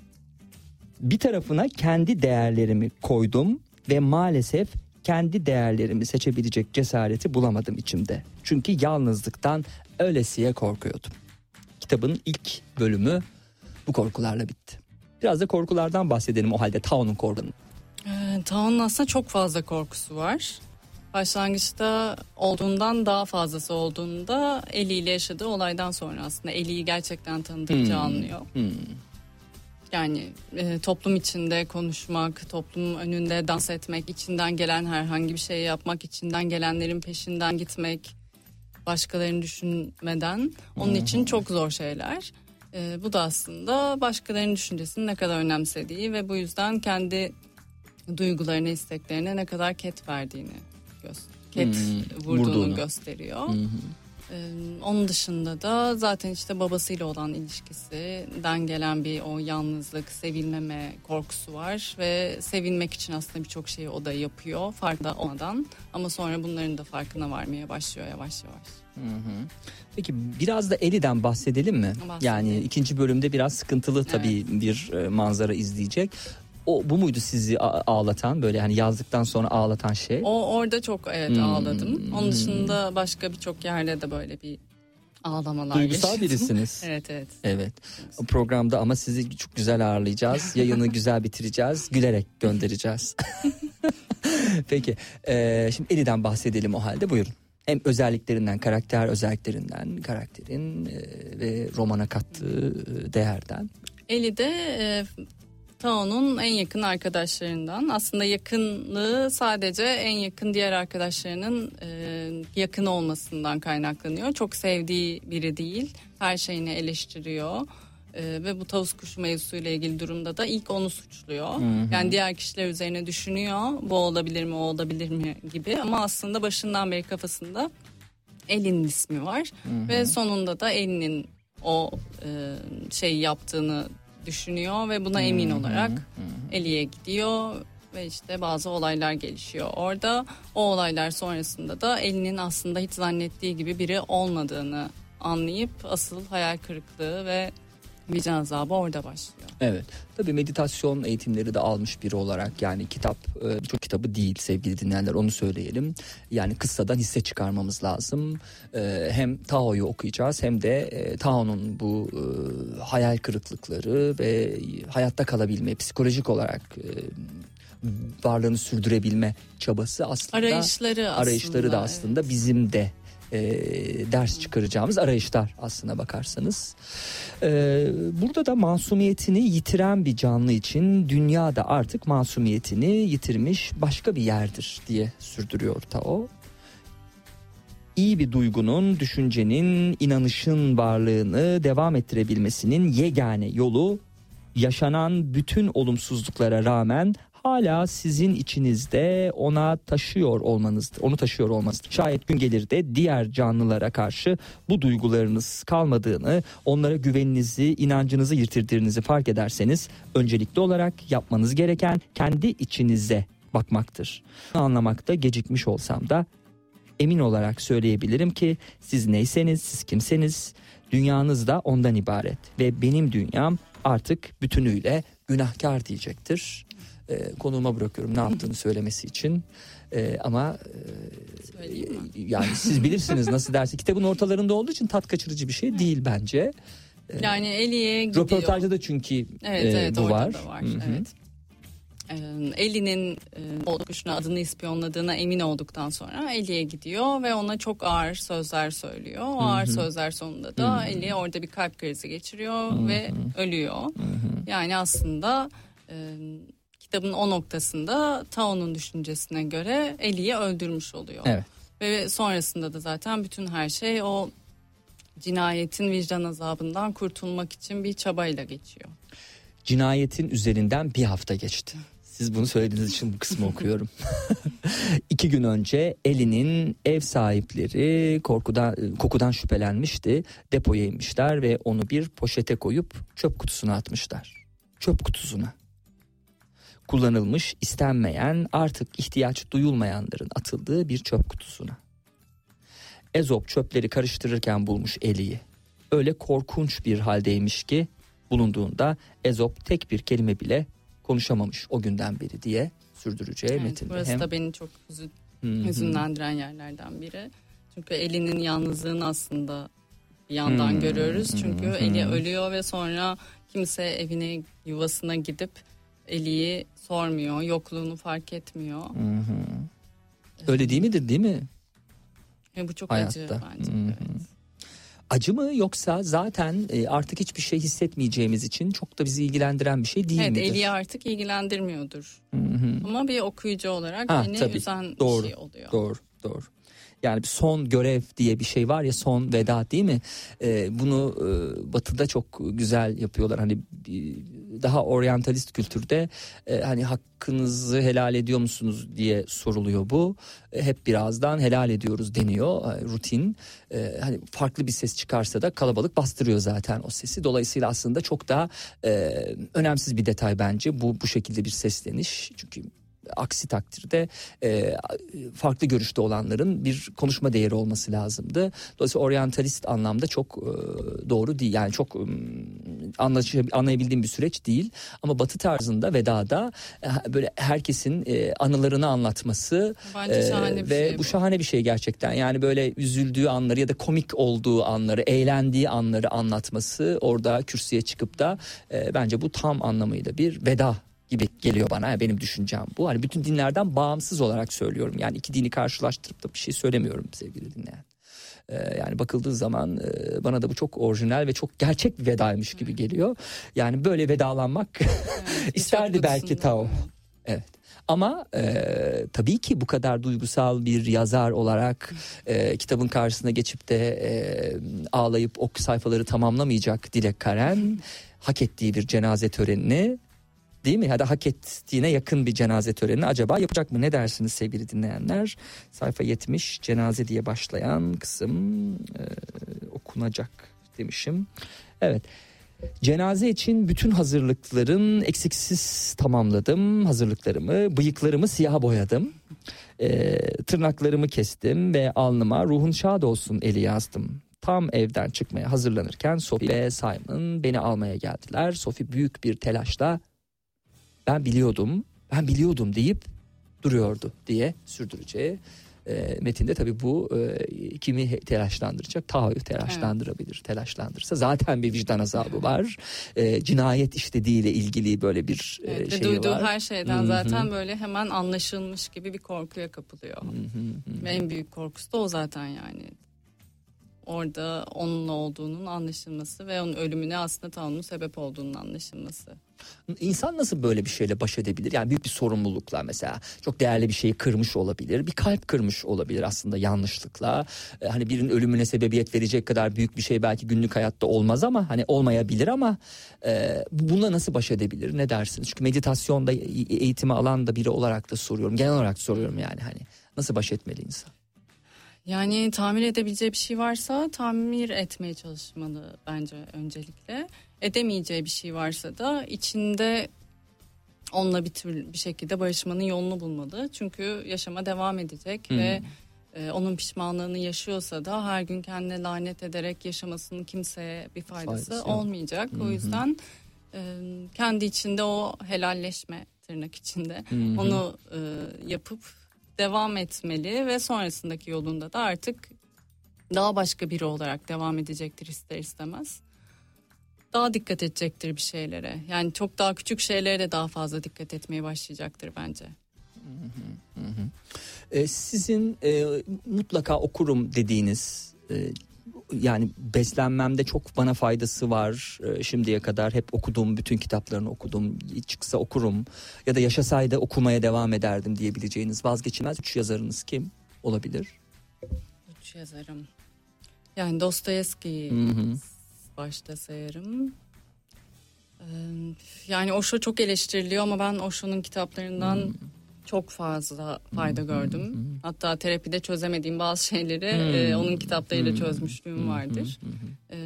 bir tarafına kendi değerlerimi koydum ve maalesef kendi değerlerimi seçebilecek cesareti bulamadım içimde. Çünkü yalnızlıktan ölesiye korkuyordum. Kitabın ilk bölümü bu korkularla bitti. Biraz da korkulardan bahsedelim o halde, Tao'nun korkularının. Ee, Tao'nun aslında çok fazla korkusu var. Başlangıçta olduğundan daha fazlası olduğunda Ellie ile yaşadığı olaydan sonra aslında Ellie'yi gerçekten tanıdıkça hmm. anlıyor. Hmm. Yani e, toplum içinde konuşmak, toplum önünde dans etmek, içinden gelen herhangi bir şey yapmak, içinden gelenlerin peşinden gitmek, başkalarını düşünmeden, onun için çok zor şeyler. E, bu da aslında başkalarının düşüncesini ne kadar önemsediği ve bu yüzden kendi duygularına, isteklerine ne kadar ket verdiğini, gö- ket hmm, vurduğunu Vurduğunu. gösteriyor. Hmm. Ee, onun dışında da zaten işte babasıyla olan ilişkisinden gelen bir o yalnızlık, sevilmeme korkusu var ve sevilmek için aslında birçok şeyi o da yapıyor farkında olmadan, ama sonra bunların da farkına varmaya başlıyor yavaş yavaş. Hı hı. Peki biraz da Ellie'den bahsedelim mi? Bahsedelim. Yani ikinci bölümde biraz sıkıntılı tabii evet. bir manzara izleyecek. O bu muydu sizi ağlatan, böyle hani yazdıktan sonra ağlatan şey? O orada çok evet hmm. ağladım. Onun dışında başka birçok yerde de böyle bir ağlamalar. Duygusal birisiniz. evet evet. Evet. O programda ama sizi çok güzel ağırlayacağız. Yayını güzel bitireceğiz. Gülerek göndereceğiz. Peki. E, şimdi Ellie'den bahsedelim o halde. Buyurun. Hem özelliklerinden, karakter özelliklerinden, karakterin e, ve romana kattığı değerden. Ellie de e, Tao'nun en yakın arkadaşlarından. Aslında yakınlığı sadece en yakın diğer arkadaşlarının e, yakın olmasından kaynaklanıyor. Çok sevdiği biri değil. Her şeyini eleştiriyor. E, ve bu tavus kuşu mevzusuyla ilgili durumda da ilk onu suçluyor. Hı hı. Yani diğer kişiler üzerine düşünüyor. Bu olabilir mi, o olabilir mi gibi. Ama aslında başından beri kafasında Ellie'nin ismi var. Hı hı. Ve sonunda da Ellie'nin o e, şeyi yaptığını düşünüyor ve buna emin hmm, olarak hmm. Ellie'ye gidiyor ve işte bazı olaylar gelişiyor. Orada o olaylar sonrasında da Ellie'nin aslında hiç zannettiği gibi biri olmadığını anlayıp asıl hayal kırıklığı ve vicdan azabı orada başlıyor. Evet. Tabii meditasyon eğitimleri de almış biri olarak, yani kitap çok kitabı değil sevgili dinleyenler, onu söyleyelim. Yani kıssadan hisse çıkarmamız lazım. Hem Tao'yu okuyacağız hem de Tao'nun bu hayal kırıklıkları ve hayatta kalabilme, psikolojik olarak varlığını sürdürebilme çabası aslında, arayışları aslında, arayışları da aslında evet. bizim de E, ders çıkaracağımız arayışlar aslına bakarsanız. E, burada da masumiyetini yitiren bir canlı için dünya da artık masumiyetini yitirmiş başka bir yerdir diye sürdürüyor Tao. İyi bir duygunun, düşüncenin, inanışın varlığını devam ettirebilmesinin yegane yolu, yaşanan bütün olumsuzluklara rağmen hala sizin içinizde ona taşıyor olmanızdır. Onu taşıyor olmanızdır. Şayet gün gelir de diğer canlılara karşı bu duygularınız kalmadığını, onlara güveninizi, inancınızı yitirdiğinizi fark ederseniz, öncelikli olarak yapmanız gereken kendi içinize bakmaktır. Anlamakta gecikmiş olsam da emin olarak söyleyebilirim ki siz neyseniz, siz kimseniz, dünyanız da ondan ibaret ve benim dünyam artık bütünüyle günahkar diyecektir. E, konuğuma bırakıyorum ne yaptığını söylemesi için. E, ama e, yani siz bilirsiniz nasıl derse. Kitabın ortalarında olduğu için tat kaçırıcı bir şey değil bence. E, yani Ellie'ye gidiyor. Röportajda da çünkü evet, e, evet, bu var. Da var. Evet. Ellie'nin e, kuşuna adını ispiyonladığına emin olduktan sonra Ellie'ye gidiyor ve ona çok ağır sözler söylüyor. O ağır Hı-hı. sözler sonunda da Hı-hı. Ellie orada bir kalp krizi geçiriyor Hı-hı. ve ölüyor. Hı-hı. Yani aslında e, kitabın o noktasında Tao'nun düşüncesine göre Ellie'yi öldürmüş oluyor. Evet. Ve sonrasında da zaten bütün her şey o cinayetin vicdan azabından kurtulmak için bir çabayla geçiyor. Cinayetin üzerinden bir hafta geçti. Siz bunu söylediğiniz için bu kısmı okuyorum. İki gün önce Ellie'nin ev sahipleri korkudan, kokudan şüphelenmişti. Depoya inmişler ve onu bir poşete koyup çöp kutusuna atmışlar. Çöp kutusuna. Kullanılmış, istenmeyen, artık ihtiyaç duyulmayanların atıldığı bir çöp kutusuna. Ezop çöpleri karıştırırken bulmuş Ellie'yi. Öyle korkunç bir haldeymiş ki bulunduğunda Ezop tek bir kelime bile konuşamamış o günden beri diye sürdüreceği evet, metinde. Burası Hem... da beni çok hüzün, hüzünlendiren yerlerden biri. Çünkü Ellie'nin yalnızlığını aslında bir yandan hmm. görüyoruz. Çünkü hmm. Ellie ölüyor ve sonra kimse evine, yuvasına gidip Ellie'yi sormuyor, yokluğunu fark etmiyor. Hmm. Öyle değil midir, değil mi? Ve bu çok Hayatta. acı bence. Hmm. Evet. Acı mı, yoksa zaten artık hiçbir şey hissetmeyeceğimiz için çok da bizi ilgilendiren bir şey değil evet, midir? Evet, Ellie'yi artık ilgilendirmiyordur. Hı hı. Ama bir okuyucu olarak ha, beni tabii. üzen doğru, bir şey oluyor. Doğru, doğru. Yani bir son görev diye bir şey var ya, son veda, değil mi? Ee, bunu e, Batı'da çok güzel yapıyorlar. Hani daha oryantalist kültürde e, hani hakkınızı helal ediyor musunuz diye soruluyor bu. E, hep birazdan helal ediyoruz deniyor, e, rutin. E, hani farklı bir ses çıkarsa da kalabalık bastırıyor zaten o sesi. Dolayısıyla aslında çok daha e, önemsiz bir detay bence bu bu şekilde bir sesleniş. Çünkü aksi takdirde e, farklı görüşte olanların bir konuşma değeri olması lazımdı. Dolayısıyla oryantalist anlamda çok e, doğru değil. Yani çok e, anlayabildiğim bir süreç değil. Ama Batı tarzında vedada e, böyle herkesin e, anılarını anlatması e, ve şey bu, bu şahane bir şey gerçekten. Yani böyle üzüldüğü anları ya da komik olduğu anları, eğlendiği anları anlatması, orada kürsüye çıkıp da e, bence bu tam anlamıyla bir veda gibi geliyor bana. Yani benim düşüncem bu. Hani bütün dinlerden bağımsız olarak söylüyorum. Yani iki dini karşılaştırıp da bir şey söylemiyorum sevgili dinleyen. Ee, yani bakıldığı zaman e, bana da bu çok orijinal ve çok gerçek bir vedaymış gibi geliyor. Yani böyle vedalanmak evet, isterdi belki Tao. Evet. Ama e, tabii ki bu kadar duygusal bir yazar olarak e, kitabın karşısına geçip de e, ağlayıp o sayfaları tamamlamayacak Dilek Karen hak ettiği bir cenaze törenini, değil mi? Ya da hak ettiğine yakın bir cenaze törenini acaba yapacak mı? Ne dersiniz sevgili dinleyenler? Sayfa yetmiş, cenaze diye başlayan kısım e, okunacak demişim. Evet. Cenaze için bütün hazırlıkların eksiksiz tamamladım. Hazırlıklarımı, bıyıklarımı siyaha boyadım. E, tırnaklarımı kestim ve alnıma ruhun şad olsun Eli yazdım. tam evden çıkmaya hazırlanırken Sophie ve Simon beni almaya geldiler. Sophie büyük bir telaşla ben biliyordum, ben biliyordum deyip duruyordu diye sürdüreceği. E, metinde tabii bu e, kimi telaşlandıracak? Tahayyü telaşlandırabilir. Evet. Telaşlandırırsa zaten bir vicdan azabı var. E, cinayet işlediğiyle ilgili böyle bir e, evet, şey var. Duyduğu her şeyden Hı-hı. zaten böyle hemen anlaşılmış gibi bir korkuya kapılıyor. Hı-hı. Ve en büyük korkusu da o zaten yani. Orada onunla olduğunun anlaşılması ve onun ölümüne aslında Tanrı'nın sebep olduğunun anlaşılması. İnsan nasıl böyle bir şeyle baş edebilir? Yani büyük bir sorumlulukla mesela çok değerli bir şeyi kırmış olabilir. Bir kalp kırmış olabilir aslında yanlışlıkla. Ee, hani birinin ölümüne sebebiyet verecek kadar büyük bir şey belki günlük hayatta olmaz ama hani olmayabilir ama e, bununla nasıl baş edebilir? Ne dersiniz? Çünkü meditasyonda eğitimi alan da biri olarak da soruyorum. Genel olarak soruyorum yani hani nasıl baş etmeli insan? Yani tamir edebileceği bir şey varsa tamir etmeye çalışmalı bence öncelikle. Edemeyeceği bir şey varsa da içinde onunla bir tür bir şekilde barışmanın yolunu bulmalı. Çünkü yaşama devam edecek hmm. ve e, onun pişmanlığını yaşıyorsa da her gün kendine lanet ederek yaşamasının kimseye bir faydası, faydası olmayacak. Hmm. O yüzden e, kendi içinde o helalleşme tırnak içinde hmm. onu e, yapıp devam etmeli ve sonrasındaki yolunda da artık daha başka biri olarak devam edecektir ister istemez. Daha dikkat edecektir bir şeylere. Yani çok daha küçük şeylere de daha fazla dikkat etmeye başlayacaktır bence. Hı hı hı. Ee, sizin e, mutlaka okurum dediğiniz e, yani beslenmemde çok bana faydası var. E, şimdiye kadar hep okuduğum bütün kitaplarını okudum. Çıksa okurum ya da yaşasaydı okumaya devam ederdim diyebileceğiniz vazgeçilmez üç yazarınız kim olabilir? Üç yazarım. Yani Dostoyevski'yi başta sayarım. Ee, yani Osho çok eleştiriliyor ama ben Osho'nun kitaplarından hmm. çok fazla fayda hmm. gördüm. Hmm. Hatta terapide çözemediğim bazı şeyleri hmm. e, onun kitaplarıyla hmm. çözmüşlüğüm vardır. Hmm.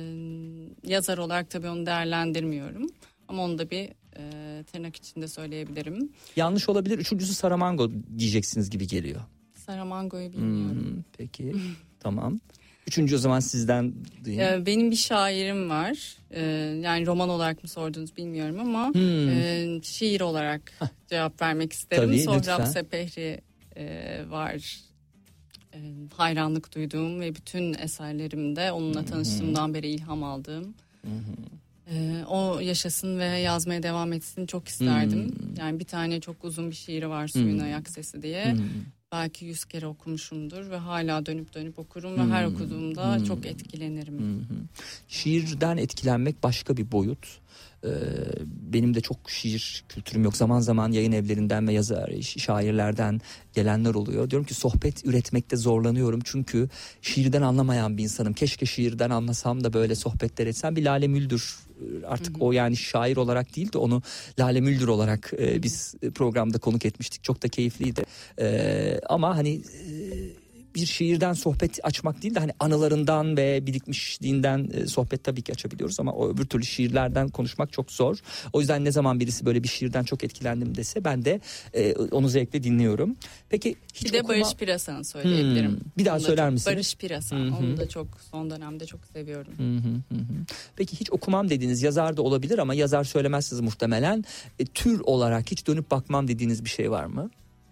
Ee, yazar olarak tabii onu değerlendirmiyorum. Ama onu da bir e, tırnak içinde söyleyebilirim. Yanlış olabilir. Üçüncüsü Saramago diyeceksiniz gibi geliyor. Saramago'yu bilmiyorum. Hmm. Peki tamam. Üçüncü o zaman sizden duyayım. Benim bir şairim var. Yani roman olarak mı sordunuz bilmiyorum ama hmm. şiir olarak Hah. cevap vermek isterim. Tabii, Sohrab Sepehri var. Hayranlık duyduğum ve bütün eserlerimde onunla tanıştığımdan beri ilham aldığım. O yaşasın ve yazmaya devam etsin çok isterdim. Hmm. Yani bir tane çok uzun bir şiiri var Suyun hmm. Ayak Sesi diye. Hmm. Belki yüz kere okumuşumdur ve hala dönüp dönüp okurum hmm. ve her okuduğumda hmm. çok etkilenirim. Hmm. Şiirden etkilenmek başka bir boyut. Ee, benim de çok şiir kültürüm yok. Zaman zaman yayın evlerinden ve yazar şairlerden gelenler oluyor. Diyorum ki sohbet üretmekte zorlanıyorum. Çünkü şiirden anlamayan bir insanım. Keşke şiirden anlasam da böyle sohbetler etsem. Bir Lale Müldür artık hı hı. o yani şair olarak değil de onu Lale Müldür olarak e, biz programda konuk etmiştik. Çok da keyifliydi. E, ama hani e, bir şiirden sohbet açmak değil de hani anılarından ve birikmişliğinden e, sohbet tabii ki açabiliyoruz ama o öbür türlü şiirlerden konuşmak çok zor. O yüzden ne zaman birisi böyle bir şiirden çok etkilendim dese ben de e, onu zevkle dinliyorum. Peki hiç bir de okuma... Barış Pirasan'ı söyleyebilirim. Hmm. Bir daha onu söyler misin? Barış Pirasan. Hı-hı. Onu da çok son dönemde çok seviyorum. Hı hı hı. Peki hiç okumam dediğiniz yazar da olabilir ama yazar söylemezsiniz muhtemelen. E, tür olarak hiç dönüp bakmam dediğiniz bir şey var mı?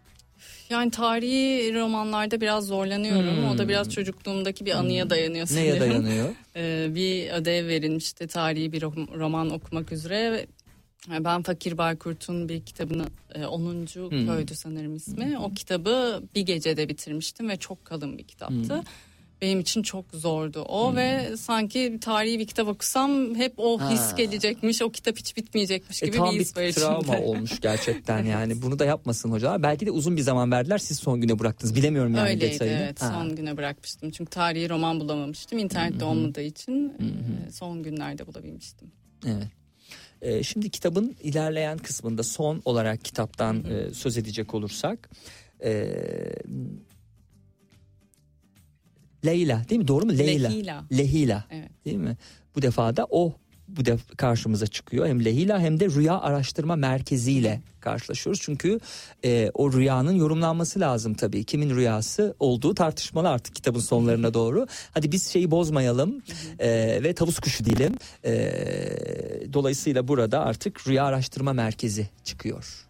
Yani tarihi romanlarda biraz zorlanıyorum. Hmm. O da biraz çocukluğumdaki bir anıya dayanıyor sanırım. Neye dayanıyor? Ee, bir ödev verilmişti tarihi bir roman okumak üzere. Ben Fakir Baykurt'un bir kitabını onuncu Hmm. Köydü sanırım ismi. Hmm. O kitabı bir gecede bitirmiştim ve çok kalın bir kitaptı. Hmm. Benim için çok zordu o hmm. ve sanki tarihi bir kitap okusam hep o ha. his gelecekmiş, o kitap hiç bitmeyecekmiş gibi e, bir his var içinde. Tam bir travma olmuş gerçekten evet. Yani bunu da yapmasın hocalar. Belki de uzun bir zaman verdiler, siz son güne bıraktınız. Bilemiyorum yani öyleydi, detayını. Evet ha. son güne bırakmıştım. Çünkü tarihi roman bulamamıştım. İnternette hmm. olmadığı için hmm. son günlerde bulabilmiştim. Evet. Ee, şimdi kitabın ilerleyen kısmında son olarak kitaptan hmm. e, söz edecek olursak... E, Leyla değil mi? Doğru mu? Leyla. Lehila. Lehila. Evet. Değil mi? Bu defa da o bu da karşımıza çıkıyor. Hem Lehila hem de Rüya Araştırma Merkezi ile karşılaşıyoruz. Çünkü e, o rüyanın yorumlanması lazım tabii. Kimin rüyası olduğu tartışmalı artık kitabın sonlarına doğru. Hadi biz şeyi bozmayalım e, ve tavus kuşu diyelim. E, dolayısıyla burada artık Rüya Araştırma Merkezi çıkıyor.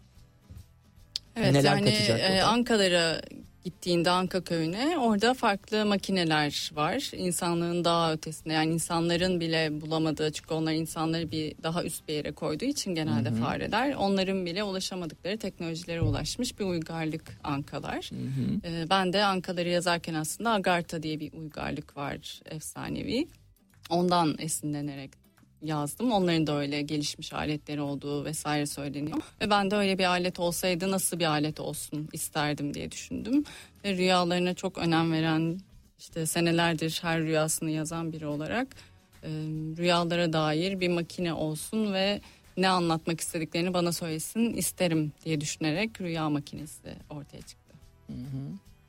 Evet, neler yani katacak e, Ankara'ya gittiğinde Anka köyüne orada farklı makineler var. İnsanlığın daha ötesinde, yani insanların bile bulamadığı, çünkü onlar insanları bir daha üst bir yere koyduğu için genelde, hı hı, fareler, onların bile ulaşamadıkları teknolojilere ulaşmış bir uygarlık Ankalar. Hı hı. E, ben de Ankaları yazarken aslında Agartha diye bir uygarlık var, efsanevi. Ondan esinlenerek yazdım. Onların da öyle gelişmiş aletleri olduğu vesaire söyleniyor. Ve ben de öyle bir alet olsaydı nasıl bir alet olsun isterdim diye düşündüm. Ve rüyalarına çok önem veren, işte senelerdir her rüyasını yazan biri olarak e, rüyalara dair bir makine olsun ve ne anlatmak istediklerini bana söylesin isterim diye düşünerek rüya makinesi ortaya çıktı. Hı hı.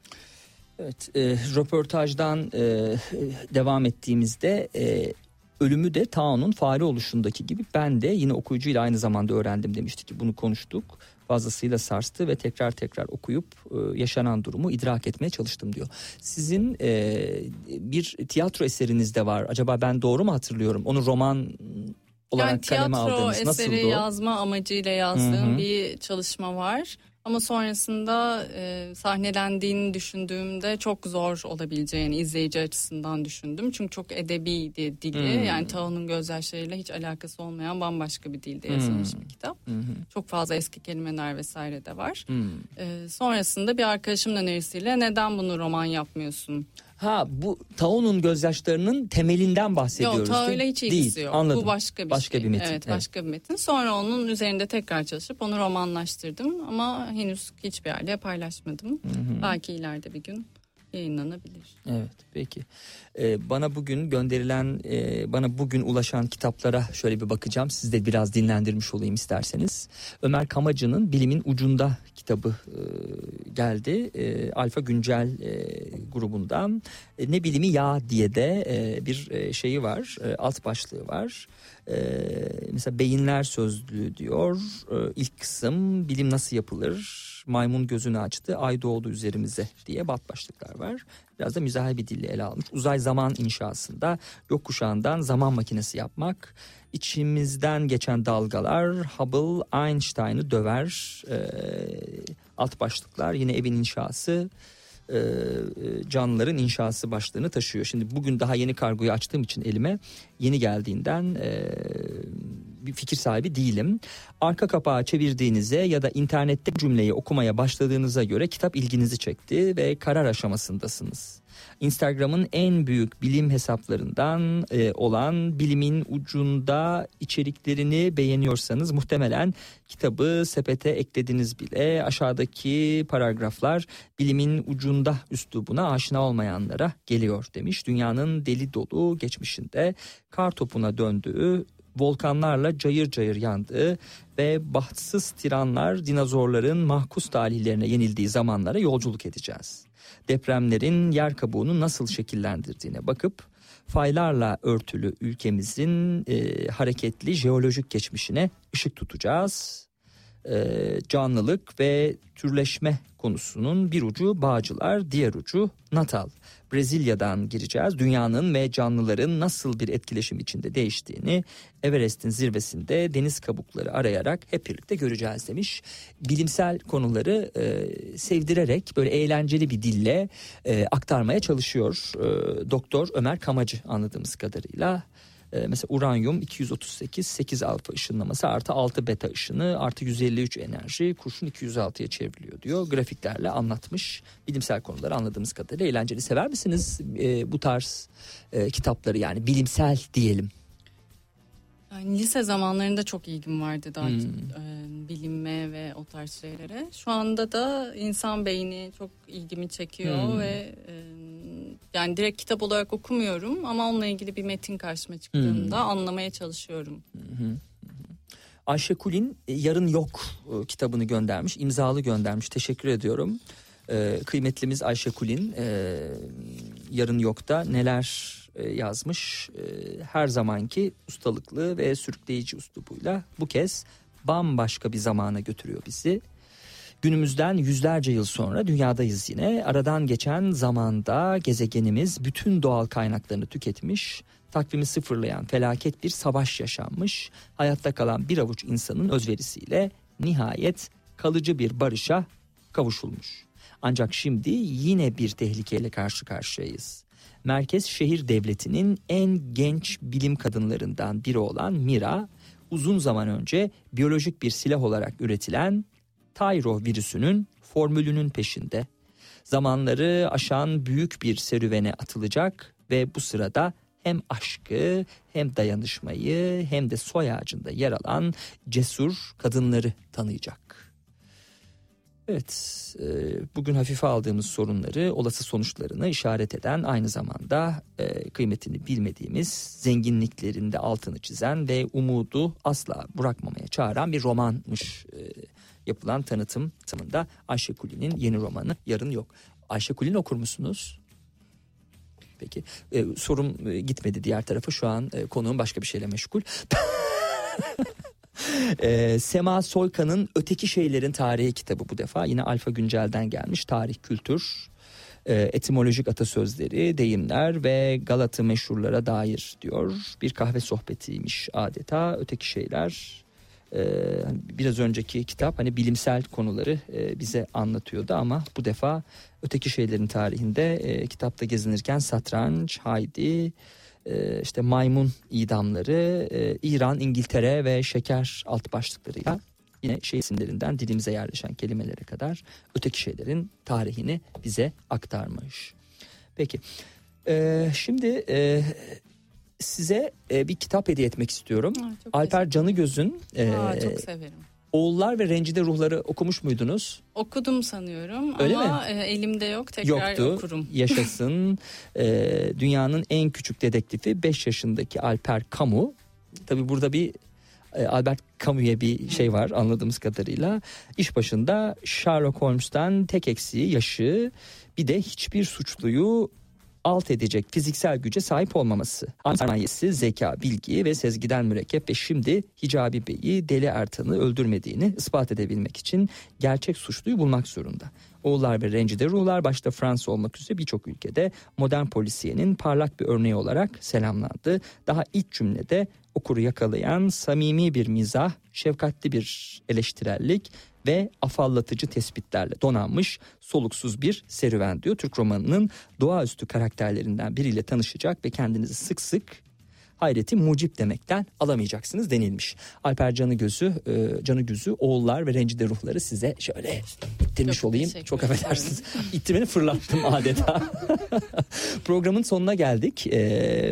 Evet, e, röportajdan e, devam ettiğimizde e, ölümü de Tao'nun fare oluşundaki gibi ben de yine okuyucuyla aynı zamanda öğrendim demişti ki bunu konuştuk. Fazlasıyla sarstı ve tekrar tekrar okuyup e, yaşanan durumu idrak etmeye çalıştım diyor. Sizin e, bir tiyatro eseriniz de var. Acaba ben doğru mu hatırlıyorum? Onu roman olarak yani kaleme aldınız. Tiyatro eseri yazma amacıyla yazdığım, hı hı, bir çalışma var. Ama sonrasında e, sahnelendiğini düşündüğümde çok zor olabileceğini izleyici açısından düşündüm. Çünkü çok edebiydi dili. Hmm. Yani Tao'nun gözyaşlarıyla hiç alakası olmayan bambaşka bir dilde yazılmış hmm. bir kitap. Hmm. Çok fazla eski kelimeler vesaire de var. Hmm. E, sonrasında bir arkadaşımın önerisiyle neden bunu roman yapmıyorsun? Ha, bu Tao'nun gözyaşlarının temelinden bahsediyoruz. Yok, Tao ile hiç ilgisi değil, yok. Anladım. Bu başka bir başka şey. bir metin. Evet, evet, başka bir metin. Sonra onun üzerinde tekrar çalışıp onu romanlaştırdım ama henüz hiçbir yerde paylaşmadım. Hı hı. Belki ileride bir gün yayınlanabilir. Evet, peki. Ee, bana bugün gönderilen, e, bana bugün ulaşan kitaplara şöyle bir bakacağım. Siz de biraz dinlendirmiş olayım isterseniz. Ömer Kamacı'nın Bilimin Ucunda kitabı e, geldi. E, Alfa Güncel e, grubundan. E, ne bilimi ya diye de e, bir e, şeyi var, e, alt başlığı var. Ee, mesela beyinler sözlüğü diyor. Ee, ilk kısım bilim nasıl yapılır? Maymun gözünü açtı, ay doğdu üzerimize diye bat başlıklar var. Biraz da mizahi bir dille ele almış. Uzay zaman inşasında gökkuşağından zaman makinesi yapmak. İçimizden geçen dalgalar Hubble Einstein'ı döver. Ee, alt başlıklar yine evin inşası, canlıların inşası başlığını taşıyor. Şimdi bugün daha yeni kargoyu açtığım için elime yeni geldiğinden e, bir fikir sahibi değilim. Arka kapağı çevirdiğinize ya da internette cümleyi okumaya başladığınıza göre kitap ilginizi çekti ve karar aşamasındasınız. Instagram'ın en büyük bilim hesaplarından e, olan Bilimin Ucunda içeriklerini beğeniyorsanız muhtemelen kitabı sepete eklediniz bile. Aşağıdaki paragraflar Bilimin Ucunda üslubuna aşina olmayanlara geliyor demiş. Dünyanın deli dolu geçmişinde kar topuna döndüğü, volkanlarla cayır cayır yandığı ve bahtsız tiranlar dinozorların mahkus talihlerine yenildiği zamanlara yolculuk edeceğiz. Depremlerin yer kabuğunu nasıl şekillendirdiğine bakıp faylarla örtülü ülkemizin e, hareketli jeolojik geçmişine ışık tutacağız. E, canlılık ve türleşme konusunun bir ucu Bağcılar, diğer ucu Natal. Brezilya'dan gireceğiz. Dünyanın ve canlıların nasıl bir etkileşim içinde değiştiğini Everest'in zirvesinde deniz kabukları arayarak hep birlikte göreceğiz demiş. Bilimsel konuları e, sevdirerek böyle eğlenceli bir dille e, aktarmaya çalışıyor e, Doktor Ömer Kamacı anladığımız kadarıyla. Ee, mesela uranyum iki yüz otuz sekiz, sekiz alfa ışınlaması artı altı beta ışını artı yüz elli üç enerji kurşun iki yüz altıya çevriliyor diyor. Grafiklerle anlatmış bilimsel konuları anladığımız kadarıyla. Eğlenceli, sever misiniz e, bu tarz e, kitapları, yani bilimsel diyelim? Yani lise zamanlarında çok ilgim vardı daha hmm. e, bilime ve o tarz şeylere. Şu anda da insan beyni çok ilgimi çekiyor hmm. ve e, yani direkt kitap olarak okumuyorum ama onunla ilgili bir metin karşıma çıktığında hmm. anlamaya çalışıyorum. Hmm. Ayşe Kulin Yarın Yok kitabını göndermiş, imzalı göndermiş. Teşekkür ediyorum. Ee, kıymetlimiz Ayşe Kulin e, Yarın Yok'ta neler yazmış. Her zamanki ustalıklı ve sürükleyici üslubuyla bu kez bambaşka bir zamana götürüyor bizi. Günümüzden yüzlerce yıl sonra dünyadayız yine. Aradan geçen zamanda gezegenimiz bütün doğal kaynaklarını tüketmiş, takvimi sıfırlayan felaket bir savaş yaşanmış. Hayatta kalan bir avuç insanın özverisiyle nihayet kalıcı bir barışa kavuşulmuş. Ancak şimdi yine bir tehlikeyle karşı karşıyayız. Merkez şehir devletinin en genç bilim kadınlarından biri olan Mira, uzun zaman önce biyolojik bir silah olarak üretilen Tyro virüsünün formülünün peşinde. Zamanları aşan büyük bir serüvene atılacak ve bu sırada hem aşkı hem dayanışmayı hem de soy ağacında yer alan cesur kadınları tanıyacak. Evet, bugün hafife aldığımız sorunları, olası sonuçlarını işaret eden, aynı zamanda kıymetini bilmediğimiz zenginliklerinde altını çizen ve umudu asla bırakmamaya çağıran bir romanmış. Yapılan tanıtım tanımında Ayşe Kuli'nin yeni romanı Yarın Yok. Ayşe Kuli'ni okur musunuz? Peki. Ee, sorum e, gitmedi diğer tarafa. Şu an e, konuğum başka bir şeyle meşgul. e, Sema Soykan'ın Öteki Şeylerin Tarihi kitabı bu defa. Yine Alfa Güncel'den gelmiş. Tarih, kültür, e, etimolojik atasözleri, deyimler ve Galatı meşhurlara dair diyor. Bir kahve sohbetiymiş adeta. Öteki Şeyler. Ee, biraz önceki kitap hani bilimsel konuları e, bize anlatıyordu ama bu defa Öteki Şeylerin Tarihinde e, kitapta gezinirken satranç, Haydi, e, işte maymun idamları, e, İran, İngiltere ve şeker alt başlıklarıyla yine şey isimlerinden dilimize yerleşen kelimelere kadar öteki şeylerin tarihini bize aktarmış. Peki e, şimdi e, size e, bir kitap hediye etmek istiyorum. Aa, Alper Canıgöz'ün e, Aa, çok severim. Oğullar ve Rencide Ruhları okumuş muydunuz? Okudum sanıyorum. Öyle ama mi? E, elimde yok, tekrar Yoktu. Okurum. Yaşasın. e, dünyanın en küçük dedektifi beş yaşındaki Alper Camus. Tabii burada bir e, Albert Camus'ya bir şey var anladığımız kadarıyla. İş başında Sherlock Holmes'tan tek eksiği yaşı, bir de hiçbir suçluyu alt edecek fiziksel güce sahip olmaması. Sermayesi, zeka, bilgi ve sezgiden mürekkep ve şimdi Hicabi Bey'i, Deli Ertan'ı öldürmediğini ispat edebilmek için gerçek suçluyu bulmak zorunda. Oğullar ve Rencide Ruhlar başta Fransa olmak üzere birçok ülkede modern polisiyenin parlak bir örneği olarak selamlandı. Daha ilk cümlede okuru yakalayan samimi bir mizah, şefkatli bir eleştirellik ve afallatıcı tespitlerle donanmış soluksuz bir serüven diyor. Türk romanının doğaüstü karakterlerinden biriyle tanışacak ve kendinizi sık sık hayreti mucip demekten alamayacaksınız denilmiş. Alper Canıgöz'ü, e, Canıgöz'ü Oğullar ve Rencide Ruhları size şöyle ittirmiş çok olayım. Çok affedersiniz. İttirmeni fırlattım adeta. Programın sonuna geldik. Ee,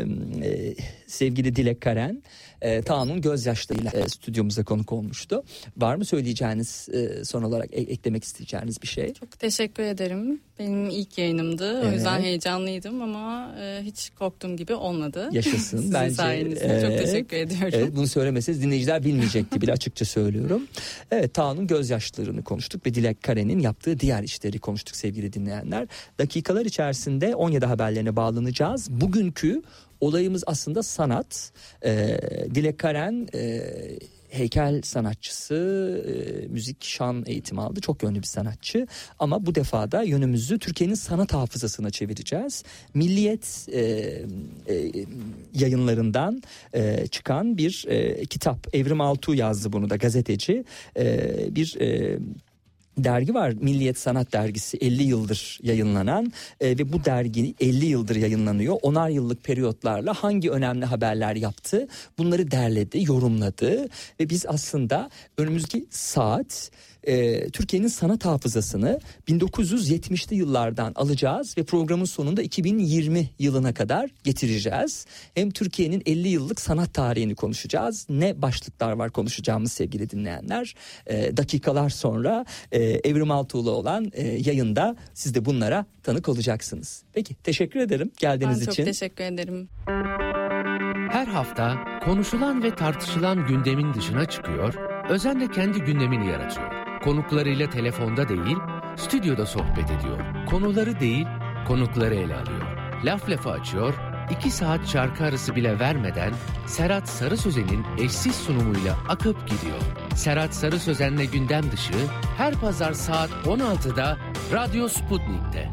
e, sevgili Dilek Karen, e, Taan'un gözyaşlarıyla e, stüdyomuza konuk olmuştu. Var mı söyleyeceğiniz, e, son olarak e- eklemek isteyeceğiniz bir şey? Çok teşekkür ederim. Benim ilk yayınımdı. Evet. O yüzden heyecanlıydım ama e, hiç korktuğum gibi olmadı. Yaşasın. Sizin Bence, sayenizde. evet, çok teşekkür ediyorum. Evet, bunu söylemeseniz dinleyiciler bilmeyecekti bile, açıkça söylüyorum. Evet, Taan'un gözyaşlarını konuştuk ve Dilek Karen'in yaptığı diğer işleri konuştuk sevgili dinleyenler. Dakikalar içerisinde on yedi haberlerine bağlanacağız. Bugünkü olayımız aslında sanat. Ee, Dilek Karen e, heykel sanatçısı, e, müzik, şan eğitimi aldı. Çok yönlü bir sanatçı. Ama bu defa da yönümüzü Türkiye'nin sanat hafızasına çevireceğiz. Milliyet e, e, yayınlarından e, çıkan bir e, kitap. Evrim Altuğ yazdı bunu da, gazeteci. E, bir e, dergi var, Milliyet Sanat Dergisi, elli yıldır yayınlanan e, ve bu dergi elli yıldır yayınlanıyor. Onar yıllık periyotlarla hangi önemli haberler yaptı, bunları derledi, yorumladı ve biz aslında önümüzdeki saat e, Türkiye'nin sanat hafızasını bin dokuz yüz yetmişli yıllardan alacağız ve programın sonunda iki bin yirmi yılına kadar getireceğiz. Hem Türkiye'nin elli yıllık sanat tarihini konuşacağız. Ne başlıklar var konuşacağımız sevgili dinleyenler. E, dakikalar sonra e, Evrim Altuğ'la olan e, yayında siz de bunlara tanık olacaksınız. Peki, teşekkür ederim geldiğiniz ben için. Ben çok teşekkür ederim. Her hafta konuşulan ve tartışılan gündemin dışına çıkıyor, özenle kendi gündemini yaratıyor. Konuklarıyla telefonda değil, stüdyoda sohbet ediyor. Konuları değil, konukları ele alıyor. Laf lafı açıyor, iki saat şarkı arası bile vermeden Serhat Sarı Sözen'in eşsiz sunumuyla akıp gidiyor. Serhat Sarı Sözen'le gündem dışı her pazar saat on altıda Radyo Sputnik'te.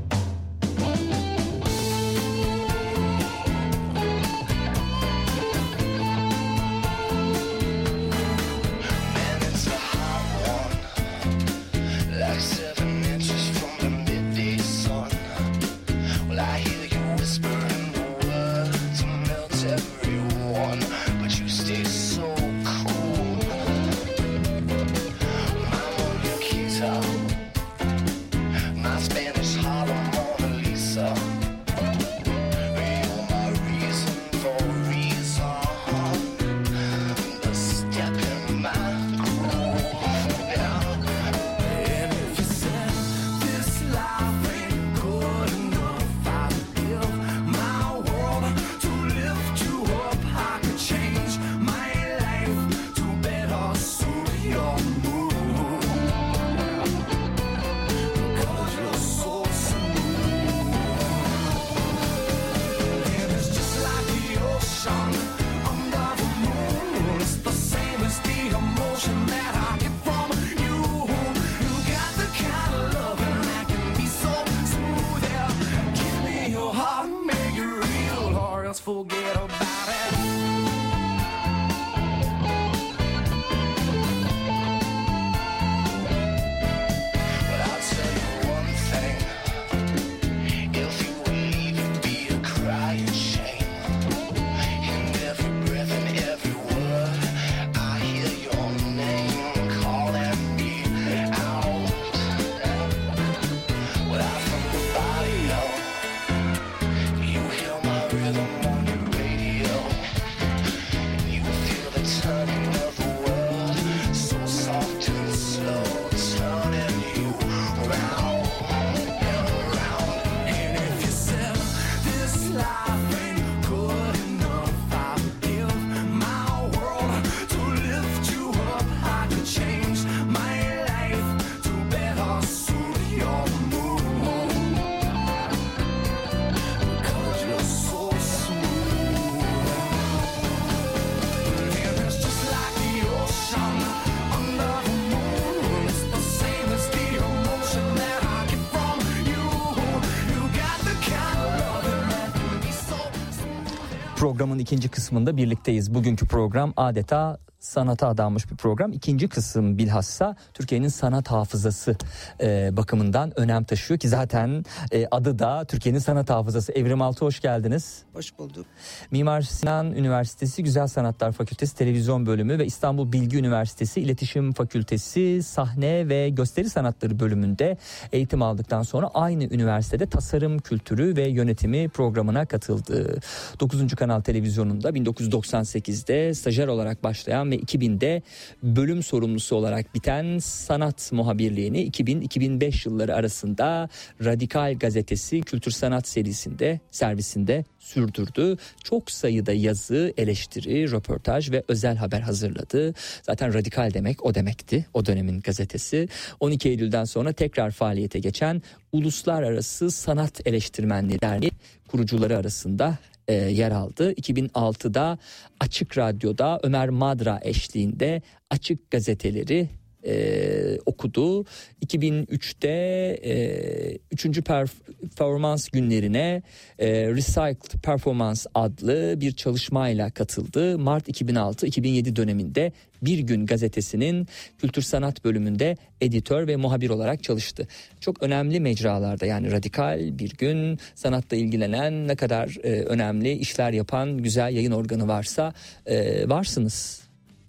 Programın ikinci kısmında birlikteyiz. Bugünkü program adeta sanata adanmış bir program. İkinci kısım bilhassa Türkiye'nin sanat hafızası e, bakımından önem taşıyor ki zaten e, adı da Türkiye'nin sanat hafızası. Evrim Altı, hoş geldiniz. Hoş bulduk. Mimar Sinan Üniversitesi Güzel Sanatlar Fakültesi Televizyon Bölümü ve İstanbul Bilgi Üniversitesi İletişim Fakültesi Sahne ve Gösteri Sanatları bölümünde eğitim aldıktan sonra aynı üniversitede Tasarım Kültürü ve Yönetimi programına katıldı. dokuzuncu Kanal Televizyonu'nda bin dokuz yüz doksan sekizde stajyer olarak başlayan ve iki binde bölüm sorumlusu olarak biten sanat muhabirliğini iki bin iki bin beş yılları arasında Radikal Gazetesi Kültür Sanat serisinde servisinde sürdürdü. Çok sayıda yazı, eleştiri, röportaj ve özel haber hazırladı. Zaten Radikal demek o demekti, o dönemin gazetesi. on iki Eylül'den sonra tekrar faaliyete geçen Uluslararası Sanat Eleştirmenleri Derneği kurucuları arasında e, yer aldı. iki bin altıda Açık Radyo'da Ömer Madra eşliğinde Açık Gazeteleri Ee, okudu. iki bin üçte e, üçüncü performans günlerine e, Recycled Performance adlı bir çalışmayla katıldı. Mart iki bin altı iki bin yedi döneminde Bir Gün gazetesinin kültür sanat bölümünde editör ve muhabir olarak çalıştı. Çok önemli mecralarda, yani Radikal, Bir Gün, sanatla ilgilenen ne kadar e, önemli işler yapan güzel yayın organı varsa e, varsınız.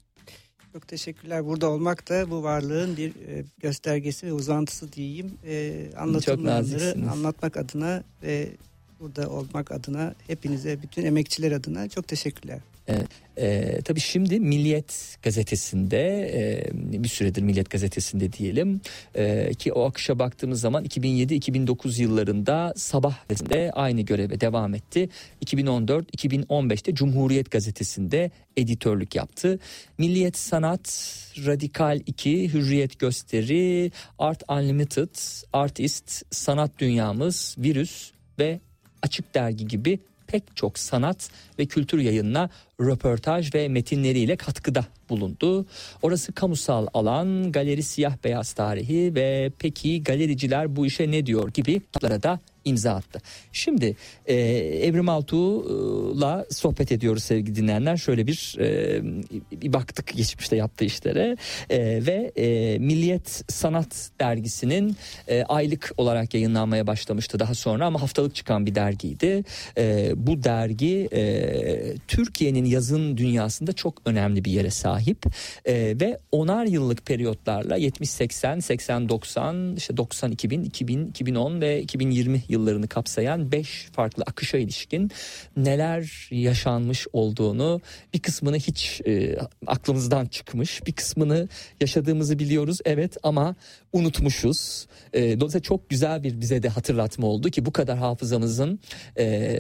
Çok teşekkürler. Burada olmak da bu varlığın bir e, göstergesi ve uzantısı diyeyim. E, anlatılmayanları anlatmak adına ve burada olmak adına hepinize, bütün emekçiler adına çok teşekkürler. Evet. Ee, tabii şimdi Milliyet gazetesinde e, bir süredir Milliyet gazetesinde diyelim e, ki o akışa baktığımız zaman iki bin yedi iki bin dokuz yıllarında Sabah gazetesinde aynı göreve devam etti. iki bin on dört iki bin on beşte Cumhuriyet gazetesinde editörlük yaptı. Milliyet Sanat, Radikal iki, Hürriyet Gösteri, Art Unlimited, Artist, Sanat Dünyamız, Virüs ve Açık Dergi gibi pek çok sanat ve kültür yayınına röportaj ve metinleriyle katkıda bulundu. Orası kamusal alan, galeri siyah beyaz tarihi ve peki galericiler bu işe ne diyor gibi kitaplara da imza attı. Şimdi e, Evrim Altuğ'la sohbet ediyoruz sevgili dinleyenler. Şöyle bir, e, bir baktık geçmişte yaptığı işlere e, ve e, Milliyet Sanat Dergisi'nin e, aylık olarak yayınlanmaya başlamıştı daha sonra ama haftalık çıkan bir dergiydi. E, bu dergi e, Türkiye'nin yazın dünyasında çok önemli bir yere sahip e, ve onar yıllık periyotlarla yetmiş seksen, seksen doksan, işte doksan iki bin, iki bin, iki bin on ve iki bin yirmi yıllarını kapsayan beş farklı akışa ilişkin neler yaşanmış olduğunu, bir kısmını hiç e, aklımızdan çıkmış, bir kısmını yaşadığımızı biliyoruz evet ama unutmuşuz. E, dolayısıyla çok güzel bir bize de hatırlatma oldu ki bu kadar hafızamızın e,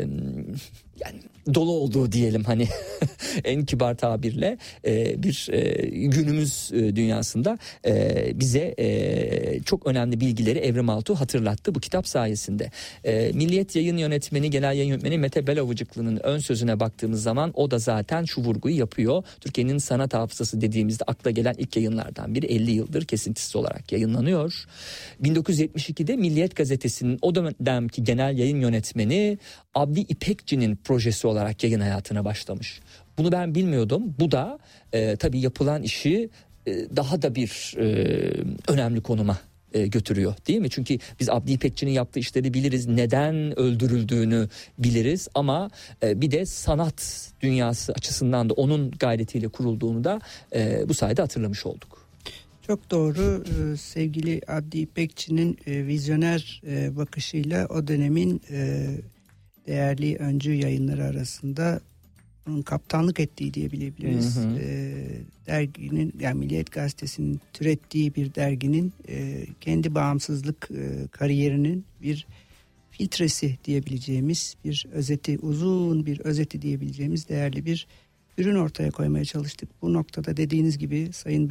yani dolu olduğu diyelim hani en kibar tabirle e, bir e, günümüz e, dünyasında e, bize e, çok önemli bilgileri Evrim Altuğ hatırlattı bu kitap sayesinde. E, Milliyet Yayın Yönetmeni, Genel Yayın Yönetmeni Mete Belavıcıklı'nın ön sözüne baktığımız zaman o da zaten şu vurguyu yapıyor. Türkiye'nin sanat hafızası dediğimizde akla gelen ilk yayınlardan biri, elli yıldır kesintisiz olarak yayınlanıyor. bin dokuz yüz yetmiş ikide Milliyet Gazetesi'nin o dönemki genel yayın yönetmeni Abdi İpekçi'nin projesi olarak yayın hayatına başlamış. Bunu ben bilmiyordum. Bu da e, tabii yapılan işi e, daha da bir e, önemli konuma e, götürüyor değil mi? Çünkü biz Abdi İpekçi'nin yaptığı işleri biliriz. Neden öldürüldüğünü biliriz ama e, bir de sanat dünyası açısından da onun gayretiyle kurulduğunu da e, bu sayede hatırlamış olduk. Çok doğru. Ee, sevgili Abdi İpekçi'nin e, vizyoner e, bakışıyla o dönemin e, değerli öncü yayınları arasında onun kaptanlık ettiği diyebiliriz. Hı hı. E, derginin, yani Milliyet Gazetesi'nin türettiği bir derginin e, kendi bağımsızlık e, kariyerinin bir filtresi diyebileceğimiz, bir özeti, uzun bir özeti diyebileceğimiz değerli bir ürün ortaya koymaya çalıştık. Bu noktada dediğiniz gibi Sayın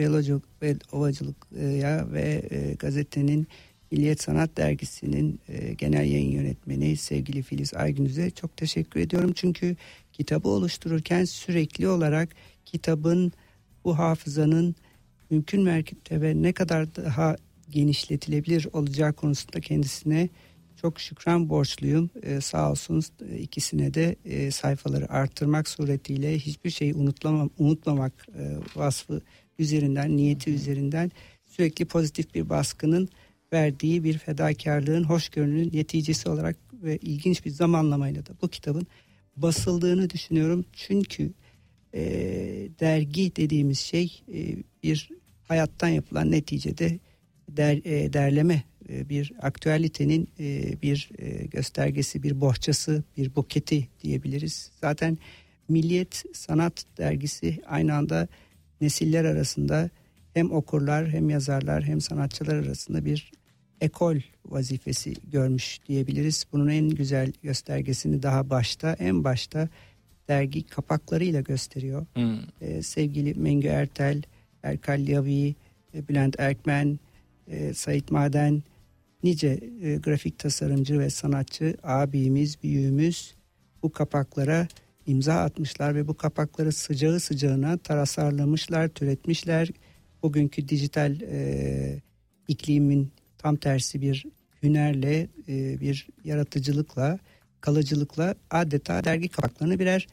Belovacılık'a ve e, gazetenin Milliyet Sanat Dergisi'nin e, genel yayın yönetmeni sevgili Filiz Aygünüz'e çok teşekkür ediyorum. Çünkü kitabı oluştururken sürekli olarak kitabın, bu hafızanın mümkün mertebe ne kadar daha genişletilebilir olacağı konusunda kendisine çok şükran borçluyum. Ee, sağ olsun ikisine de e, sayfaları arttırmak suretiyle hiçbir şeyi unutmam, unutmamak e, vasfı üzerinden, niyeti üzerinden sürekli pozitif bir baskının verdiği bir fedakarlığın, hoşgörünün neticesi olarak ve ilginç bir zamanlamayla da bu kitabın basıldığını düşünüyorum. Çünkü e, dergi dediğimiz şey e, bir hayattan yapılan neticede der, e, derleme, e, bir aktüelitenin e, bir e, göstergesi, bir bohçası, bir buketi diyebiliriz. Zaten Milliyet Sanat Dergisi aynı anda nesiller arasında hem okurlar hem yazarlar hem sanatçılar arasında bir ekol vazifesi görmüş diyebiliriz. Bunun en güzel göstergesini daha başta, en başta dergi kapaklarıyla gösteriyor. Hmm. Ee, sevgili Mengü Ertel, Erkal Yavi, Bülent Erkmen, e, Sait Maden, nice e, grafik tasarımcı ve sanatçı abimiz, büyüğümüz bu kapaklara imza atmışlar ve bu kapakları sıcağı sıcağına tasarlamışlar, türetmişler. Bugünkü dijital e, iklimin tam tersi bir hünerle, e, bir yaratıcılıkla, kalıcılıkla adeta dergi kapaklarını birer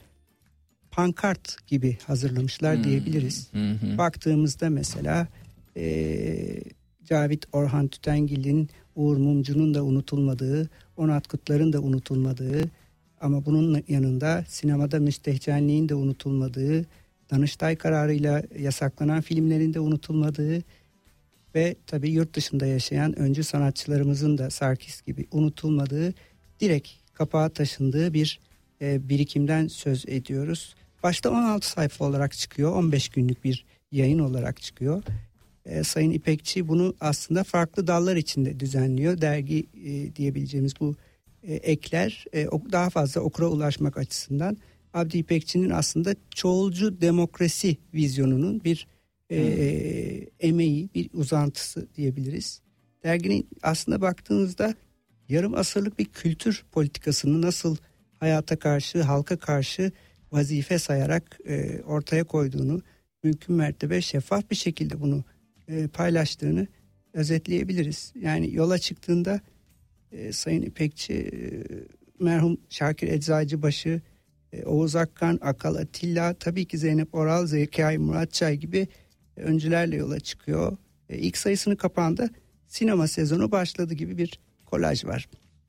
pankart gibi hazırlamışlar hmm. diyebiliriz. Hmm. Baktığımızda mesela e, Cavit Orhan Tütengil'in, Uğur Mumcu'nun da unutulmadığı, Onat Kutlar'ın da unutulmadığı ama bunun yanında sinemada müstehcenliğin de unutulmadığı, Danıştay kararıyla yasaklanan filmlerin de unutulmadığı ve tabii yurt dışında yaşayan öncü sanatçılarımızın da Sarkis gibi unutulmadığı, direkt kapağa taşındığı bir e, birikimden söz ediyoruz. Başta on altı sayfa olarak çıkıyor, on beş günlük bir yayın olarak çıkıyor. E, Sayın İpekçi bunu aslında farklı dallar içinde düzenliyor. Dergi e, diyebileceğimiz bu e, ekler e, daha fazla okura ulaşmak açısından Abdi İpekçi'nin aslında çoğulcu demokrasi vizyonunun bir e, hmm. emeği, bir uzantısı diyebiliriz. Derginin aslında baktığınızda yarım asırlık bir kültür politikasını nasıl hayata karşı, halka karşı vazife sayarak e, ortaya koyduğunu, mümkün mertebe şeffaf bir şekilde bunu e, paylaştığını özetleyebiliriz. Yani yola çıktığında e, Sayın İpekçi, e, merhum Şakir Eczacıbaşı, e, Oğuz Akkan, Akal Atilla, tabii ki Zeynep Oral, Zekai Muratçay gibi e, öncülerle yola çıkıyor. E, ilk sayısının kapağında sinema sezonu başladı gibi bir kolaj var.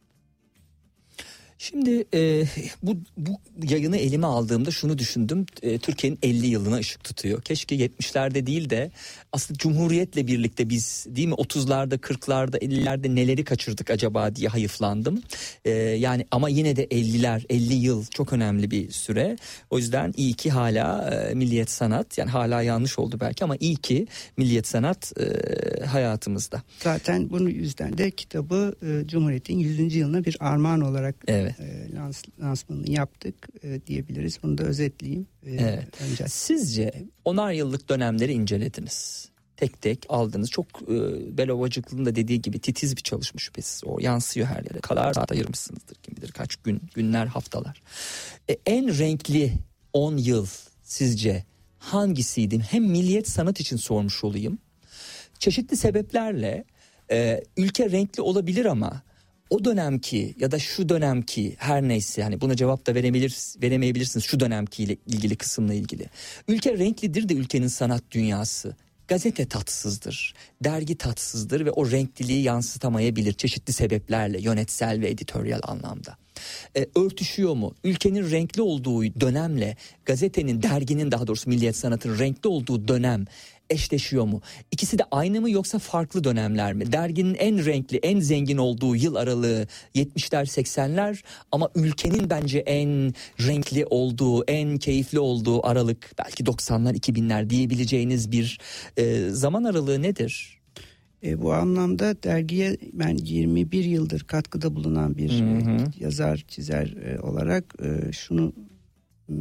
Şimdi e, bu, bu yayını elime aldığımda şunu düşündüm. E, Türkiye'nin elli yılına ışık tutuyor. Keşke yetmişlerde değil de aslında Cumhuriyet'le birlikte biz, değil mi, otuzlarda, kırklarda, ellilerde neleri kaçırdık acaba diye hayıflandım. E, yani ama yine de elliler, elli yıl çok önemli bir süre. O yüzden iyi ki hala e, Milliyet Sanat, yani hala yanlış oldu belki ama iyi ki Milliyet Sanat e, hayatımızda. Zaten bunun yüzden de kitabı e, Cumhuriyet'in yüzüncü yılına bir armağan olarak evet. E, lans, lansmanını yaptık e, diyebiliriz. Bunu da özetleyeyim. E, evet. Önce. Sizce onar yıllık dönemleri incelediniz. Tek tek aldınız. Çok e, Belovacıklı'nın da dediği gibi titiz bir çalışma şüphesiz. O yansıyor her yere. Kadar saat ayırmışsınızdır. Kim bilir kaç gün, günler, haftalar. E, en renkli on yıl sizce hangisiydi? Hem Milliyet Sanat için sormuş olayım. Çeşitli sebeplerle e, ülke renkli olabilir ama o dönemki ya da şu dönemki, her neyse, hani buna cevap da verebilir, veremeyebilirsiniz şu dönemkiyle ilgili kısımla ilgili. Ülke renklidir de ülkenin sanat dünyası. Gazete tatsızdır, dergi tatsızdır ve o renkliliği yansıtamayabilir çeşitli sebeplerle, yönetsel ve editoryal anlamda. E, örtüşüyor mu? Ülkenin renkli olduğu dönemle gazetenin, derginin, daha doğrusu Milliyet Sanat'ın renkli olduğu dönem eşleşiyor mu? İkisi de aynı mı yoksa farklı dönemler mi? Derginin en renkli, en zengin olduğu yıl aralığı yetmişler, seksenler ama ülkenin bence en renkli olduğu, en keyifli olduğu aralık belki doksanlar, iki binler diyebileceğiniz bir e, zaman aralığı nedir? E, bu anlamda dergiye ben yirmi bir yıldır katkıda bulunan bir e, yazar, çizer e, olarak e, şunu m,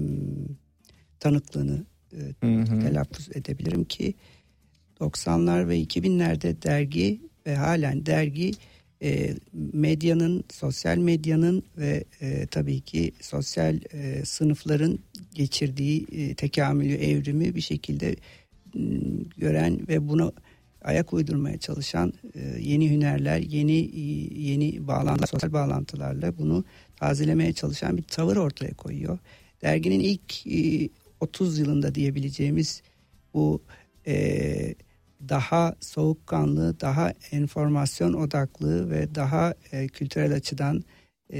tanıklığını e, hı hı. telaffuz edebilirim ki doksanlar ve iki binlerde dergi ve halen dergi e, medyanın, sosyal medyanın ve e, tabii ki sosyal e, sınıfların geçirdiği e, tekamülü, evrimi bir şekilde e, gören ve bunu ayak uydurmaya çalışan e, yeni hünerler, yeni yeni bağlantılar, sosyal bağlantılarla bunu tazelemeye çalışan bir tavır ortaya koyuyor. Derginin ilk e, otuz yılında diyebileceğimiz bu e, daha soğukkanlı, daha enformasyon odaklı ve daha e, kültürel açıdan e,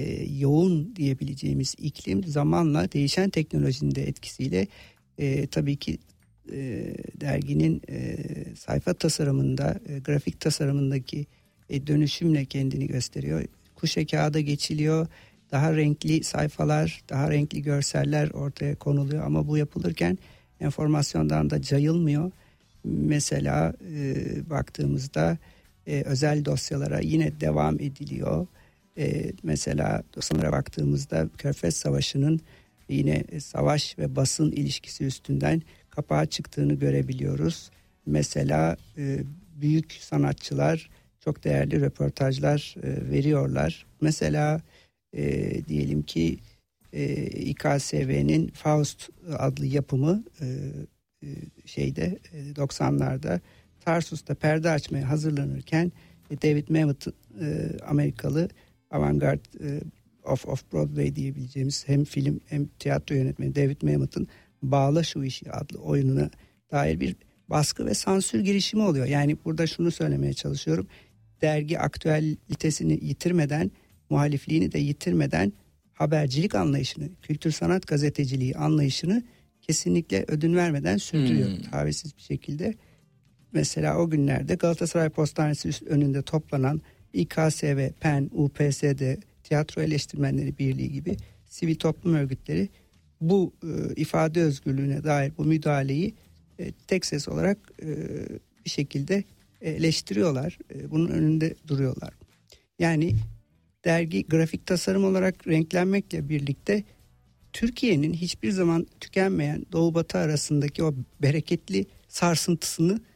yoğun diyebileceğimiz iklim zamanla değişen teknolojinin de etkisiyle e, tabii ki e, derginin e, sayfa tasarımında, e, grafik tasarımındaki e, dönüşümle kendini gösteriyor. Kuşe kağıda geçiliyor. Daha renkli sayfalar, daha renkli görseller ortaya konuluyor ama bu yapılırken enformasyondan da cayılmıyor. Mesela e, baktığımızda e, özel dosyalara yine devam ediliyor. E, mesela dosyalara baktığımızda Körfez Savaşı'nın yine savaş ve basın ilişkisi üstünden kapağa çıktığını görebiliyoruz. Mesela e, büyük sanatçılar çok değerli röportajlar e, veriyorlar. Mesela E, diyelim ki e, İ K S V'nin Faust adlı yapımı e, e, şeyde e, doksanlarda Tarsus'ta perde açmaya hazırlanırken e, David Mamet e, Amerikalı avantgard e, of of Broadway diyebileceğimiz hem film hem tiyatro yönetmeni David Mamet'in Bağla Şu İşi adlı oyununa dair bir baskı ve sansür girişimi oluyor. Yani burada şunu söylemeye çalışıyorum. Dergi aktüelitesini yitirmeden, muhalifliğini de yitirmeden habercilik anlayışını, kültür sanat gazeteciliği anlayışını kesinlikle ödün vermeden sürdürüyor. Hmm. Tavizsiz bir şekilde. Mesela o günlerde Galatasaray Postanesi önünde toplanan İ K S V, PEN, U P S D, Tiyatro Eleştirmenleri Birliği gibi sivil toplum örgütleri bu e, ifade özgürlüğüne dair bu müdahaleyi e, tek ses olarak e, bir şekilde eleştiriyorlar. E, bunun önünde duruyorlar. Yani dergi grafik tasarım olarak renklenmekle birlikte Türkiye'nin hiçbir zaman tükenmeyen Doğu Batı arasındaki o bereketli sarsıntısını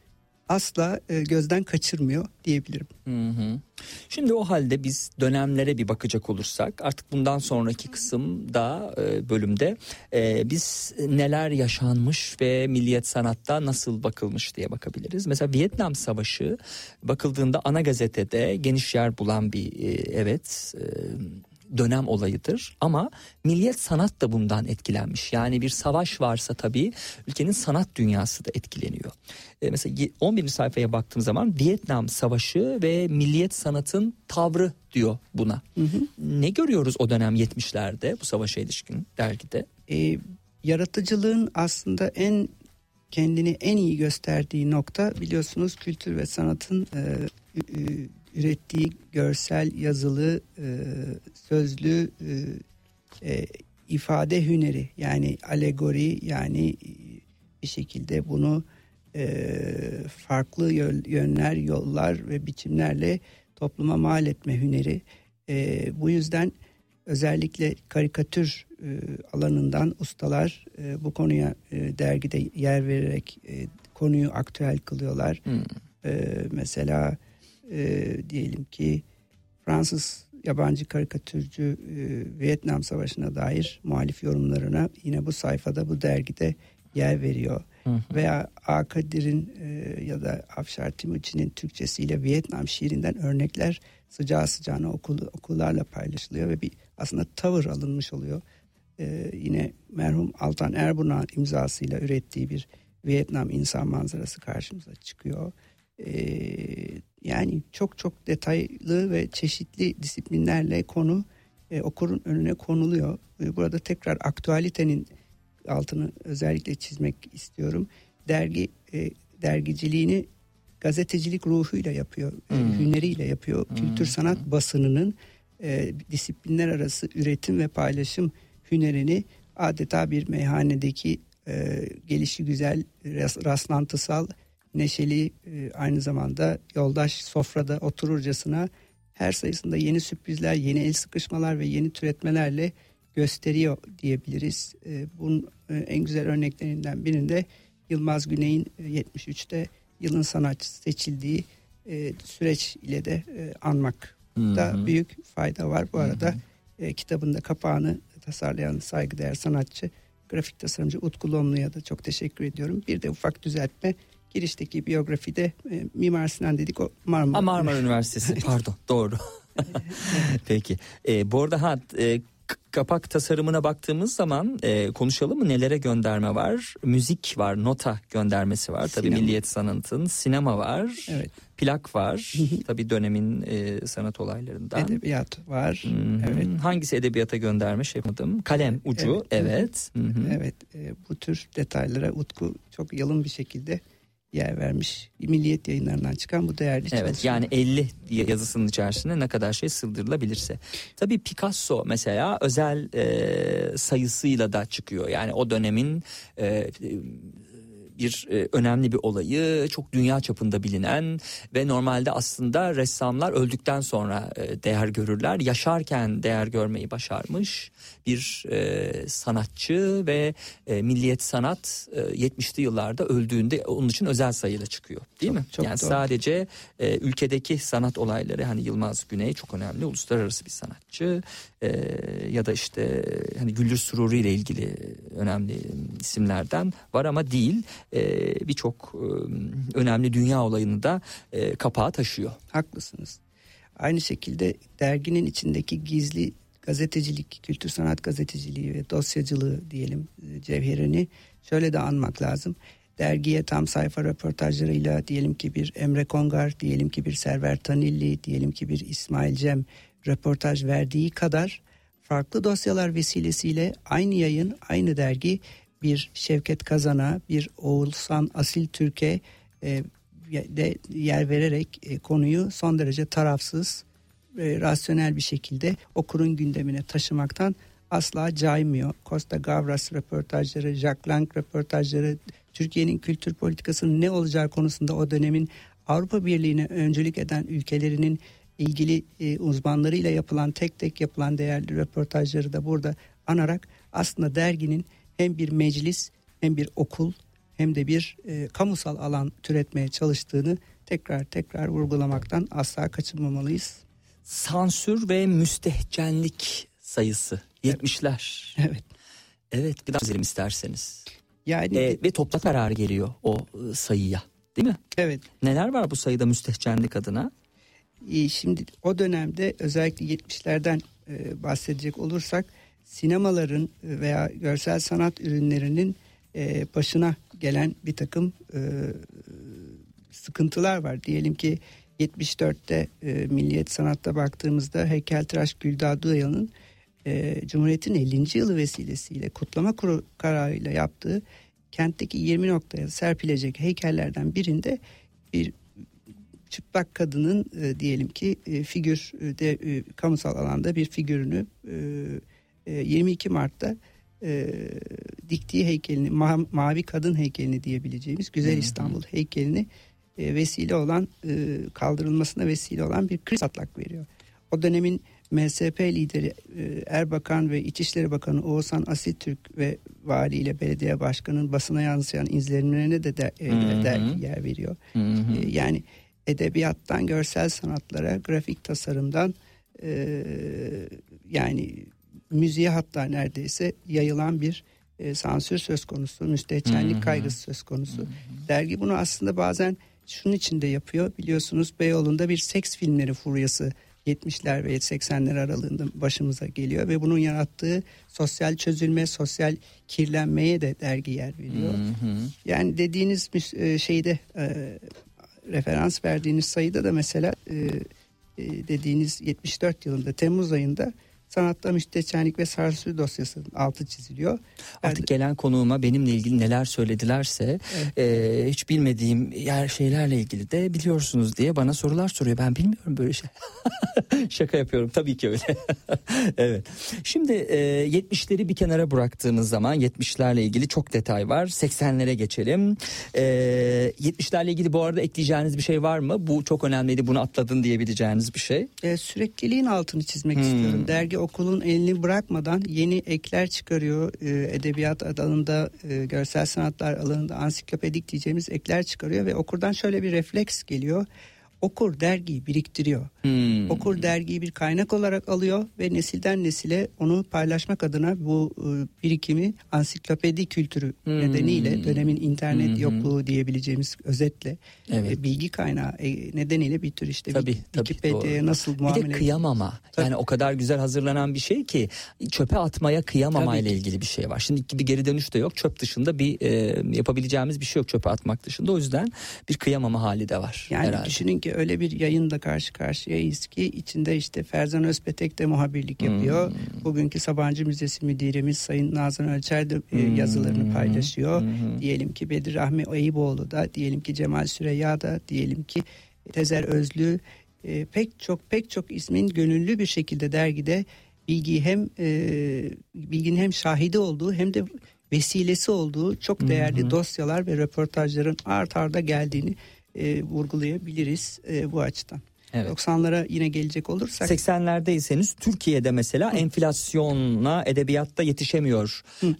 asla e, gözden kaçırmıyor diyebilirim. Hı hı. Şimdi o halde biz dönemlere bir bakacak olursak artık bundan sonraki kısımda e, bölümde e, biz neler yaşanmış ve milliyet sanatta nasıl bakılmış diye bakabiliriz. Mesela Vietnam Savaşı bakıldığında ana gazetede geniş yer bulan bir e, evet e, dönem olayıdır ama milliyet sanat da bundan etkilenmiş. Yani bir savaş varsa tabii ülkenin sanat dünyası da etkileniyor. E mesela on birinci sayfaya baktığım zaman Vietnam Savaşı ve milliyet sanatın tavrı diyor buna. Hı hı. Ne görüyoruz o dönem yetmişlerde bu savaşa ilişkin dergide? E, yaratıcılığın aslında en kendini en iyi gösterdiği nokta biliyorsunuz kültür ve sanatın e, e, ürettiği görsel, yazılı, e, sözlü e, e, ifade hüneri, yani alegori, yani bir şekilde bunu e, farklı yönler, yollar ve biçimlerle topluma mal etme hüneri. E, bu yüzden özellikle karikatür e, alanından ustalar e, bu konuya e, dergide yer vererek e, konuyu aktüel kılıyorlar. Hmm. E, mesela e, diyelim ki Fransız yabancı karikatürcü e, Vietnam Savaşı'na dair muhalif yorumlarına yine bu sayfada, bu dergide yer veriyor. Hı hı. Veya Akadir'in e, ya da Afşar Timuçin'in Türkçesiyle Vietnam şiirinden örnekler sıcağı sıcağına okul, okullarla paylaşılıyor ve bir aslında tavır alınmış oluyor. E, yine merhum Altan Erbunağ'ın imzasıyla ürettiği bir Vietnam insan manzarası karşımıza çıkıyor. E, yani çok çok detaylı ve çeşitli disiplinlerle konu e, okurun önüne konuluyor. E, burada tekrar aktüalitenin altını özellikle çizmek istiyorum. Dergi e, dergiciliğini gazetecilik ruhuyla yapıyor, hmm. e, hüneriyle yapıyor. Hmm. Kültür sanat basınının e, disiplinler arası üretim ve paylaşım hünerini adeta bir meyhanedeki e, gelişigüzel, rastlantısal, neşeli, e, aynı zamanda yoldaş sofrada otururcasına her sayısında yeni sürprizler, yeni el sıkışmalar ve yeni türetmelerle gösteriyor diyebiliriz. E, bunun e, en güzel örneklerinden birinde Yılmaz Güney'in e, yetmiş üçte yılın sanatçısı seçildiği e, süreç ile de e, anmakta hı hı. büyük fayda var. Bu arada e, kitabında kapağını tasarlayan saygıdeğer sanatçı, grafik tasarımcı Utku Lomlu'ya da çok teşekkür ediyorum. Bir de ufak düzeltme. Girişteki biyografide e, Mimar Sinan dedik, o Marmara. Ha, Marmara Üniversitesi pardon, doğru. Peki e, bu arada ha e, kapak tasarımına baktığımız zaman e, konuşalım mı? Nelere gönderme var? Müzik var, nota göndermesi var. Tabii sinema. Milliyet sanatın, sinema var. Evet. Plak var. Tabii dönemin e, sanat olaylarından. Edebiyat var. Hı-hı. Evet. Hangisi edebiyata gönderme şey yapmadım? Kalem ucu. Evet. Evet. Evet. E, bu tür detaylara Utku çok yalın bir şekilde yer vermiş. Milliyet Yayınlarından çıkan bu değerli çalışma. Evet, yani elli yazısının içerisinde ne kadar şey sığdırılabilirse. Tabii Picasso mesela özel e, sayısıyla da çıkıyor. Yani o dönemin e, bir e, önemli bir olayı, çok dünya çapında bilinen ve normalde aslında ressamlar öldükten sonra e, değer görürler. Yaşarken değer görmeyi başarmış bir e, sanatçı ve e, milliyet sanat e, yetmişli yıllarda öldüğünde onun için özel sayıyla çıkıyor, değil çok, mi? Çok yani doğru. Sadece e, ülkedeki sanat olayları, hani Yılmaz Güney çok önemli uluslararası bir sanatçı e, ya da işte hani Güldür Sururi ile ilgili önemli isimlerden var ama değil. Ee, birçok e, önemli dünya olayını da e, kapağa taşıyor. Haklısınız. Aynı şekilde derginin içindeki gizli gazetecilik, kültür sanat gazeteciliği ve dosyacılığı diyelim e, cevherini şöyle de anmak lazım. Dergiye tam sayfa röportajlarıyla diyelim ki bir Emre Kongar, diyelim ki bir Server Tanilli, diyelim ki bir İsmail Cem röportaj verdiği kadar farklı dosyalar vesilesiyle aynı yayın, aynı dergi bir Şevket Kazan'a, bir Oğuzhan Asil Türk'e e, de yer vererek e, konuyu son derece tarafsız, e, rasyonel bir şekilde okurun gündemine taşımaktan asla caymıyor. Costa Gavras röportajları, Jacques Lang röportajları, Türkiye'nin kültür politikasının ne olacağı konusunda o dönemin Avrupa Birliği'ne öncülük eden ülkelerinin ilgili e, uzmanlarıyla yapılan, tek tek yapılan değerli röportajları da burada anarak aslında derginin hem bir meclis, hem bir okul, hem de bir e, kamusal alan türetmeye çalıştığını tekrar tekrar vurgulamaktan asla kaçınmamalıyız. Sansür ve müstehcenlik sayısı yetmişler. Evet. Evet, bir daha çizelim isterseniz. Yani ee, ve toplam karar geliyor o sayıya, değil mi? Evet. Neler var bu sayıda müstehcenlik adına? Ee, şimdi o dönemde özellikle yetmişlerden e, bahsedecek olursak sinemaların veya görsel sanat ürünlerinin e, başına gelen bir takım e, sıkıntılar var. Diyelim ki yetmiş dörtte e, Milliyet Sanat'ta baktığımızda heykeltıraş Gülda Duyalı'nın e, Cumhuriyet'in ellinci yılı vesilesiyle kutlama kuru, kararıyla yaptığı kentteki yirmi noktaya serpilecek heykellerden birinde bir çıplak kadının e, diyelim ki e, figür e, de e, kamusal alanda bir figürünü e, e, yirmi iki Mart'ta e, diktiği heykelini ma- mavi kadın heykelini diyebileceğimiz Güzel İstanbul heykelini e, vesile olan e, kaldırılmasına vesile olan bir kriz patlak veriyor. O dönemin M S P lideri e, Erbakan ve İçişleri Bakanı Oğuzhan Asiltürk ve vali ile belediye başkanının basına yansıyan izlenimlerine de, de e, dergi yer veriyor. E, yani edebiyattan görsel sanatlara, grafik tasarımdan e, yani müziğe hatta neredeyse yayılan bir e, sansür söz konusu, müstehcenlik kaygısı söz konusu. Dergi bunu aslında bazen şunun için de yapıyor. Biliyorsunuz Beyoğlu'nda bir seks filmleri furyası yetmişler ve seksenler aralığında başımıza geliyor ve bunun yarattığı sosyal çözülme, sosyal kirlenmeye de dergi yer veriyor. Hı hı. Yani dediğiniz şeyde e, referans verdiğiniz sayıda da mesela e, e, dediğiniz yetmiş dört yılında Temmuz ayında sanatta müstehcenlik ve sansür dosyasının altı çiziliyor. Artık yani, gelen konuğuma benimle ilgili neler söyledilerse evet. e, hiç bilmediğim yer şeylerle ilgili de biliyorsunuz diye bana sorular soruyor. Ben bilmiyorum böyle şey. Şaka yapıyorum tabii ki öyle. Evet. Şimdi e, yetmişleri bir kenara bıraktığımız zaman yetmişlerle ilgili çok detay var. seksenlere geçelim. E, yetmişlerle ilgili bu arada ekleyeceğiniz bir şey var mı? Bu çok önemliydi, bunu atladın diyebileceğiniz bir şey. E, sürekliliğin altını çizmek hmm. istiyorum. Dergi okulun elini bırakmadan yeni ekler çıkarıyor. E, edebiyat alanında, e, görsel sanatlar alanında ansiklopedik diyeceğimiz ekler çıkarıyor ve okurdan şöyle bir refleks geliyor. Okur dergiyi biriktiriyor. Hmm. Okur dergiyi bir kaynak olarak alıyor ve nesilden nesile onu paylaşmak adına bu e, birikimi ansiklopedi kültürü hmm. nedeniyle dönemin internet hmm. yokluğu diyebileceğimiz özetle evet. e, bilgi kaynağı e, nedeniyle bir tür işte tabii, Wikipedia'ya nasıl muamele. Bir de kıyamama. Tabii. Yani o kadar güzel hazırlanan bir şey ki çöpe atmaya kıyamama tabii ile ki. ilgili bir şey var. Şimdi bir geri dönüş de yok. Çöp dışında bir e, yapabileceğimiz bir şey yok çöpe atmak dışında. O yüzden bir kıyamama hali de var. Yani herhalde. Düşünün ki öyle bir yayınla karşı karşıyayız ki içinde işte Ferzan Özpetek de muhabirlik yapıyor. Hmm. Bugünkü Sabancı Müzesi müdirimiz Sayın Nazan Ölçer de hmm. yazılarını paylaşıyor. Hmm. Diyelim ki Bedir Rahmi Eyüboğlu da, diyelim ki Cemal Süreyya da, diyelim ki Tezer Özlü, e, pek çok pek çok ismin gönüllü bir şekilde dergide bilgi hem e, bilginin hem şahidi olduğu hem de vesilesi olduğu çok değerli hmm. dosyalar ve röportajların art arda geldiğini E, vurgulayabiliriz e, bu açıdan. Evet. doksanlara yine gelecek olursak. seksenlerdeyseniz Türkiye'de mesela Hı. enflasyona edebiyatta yetişemiyor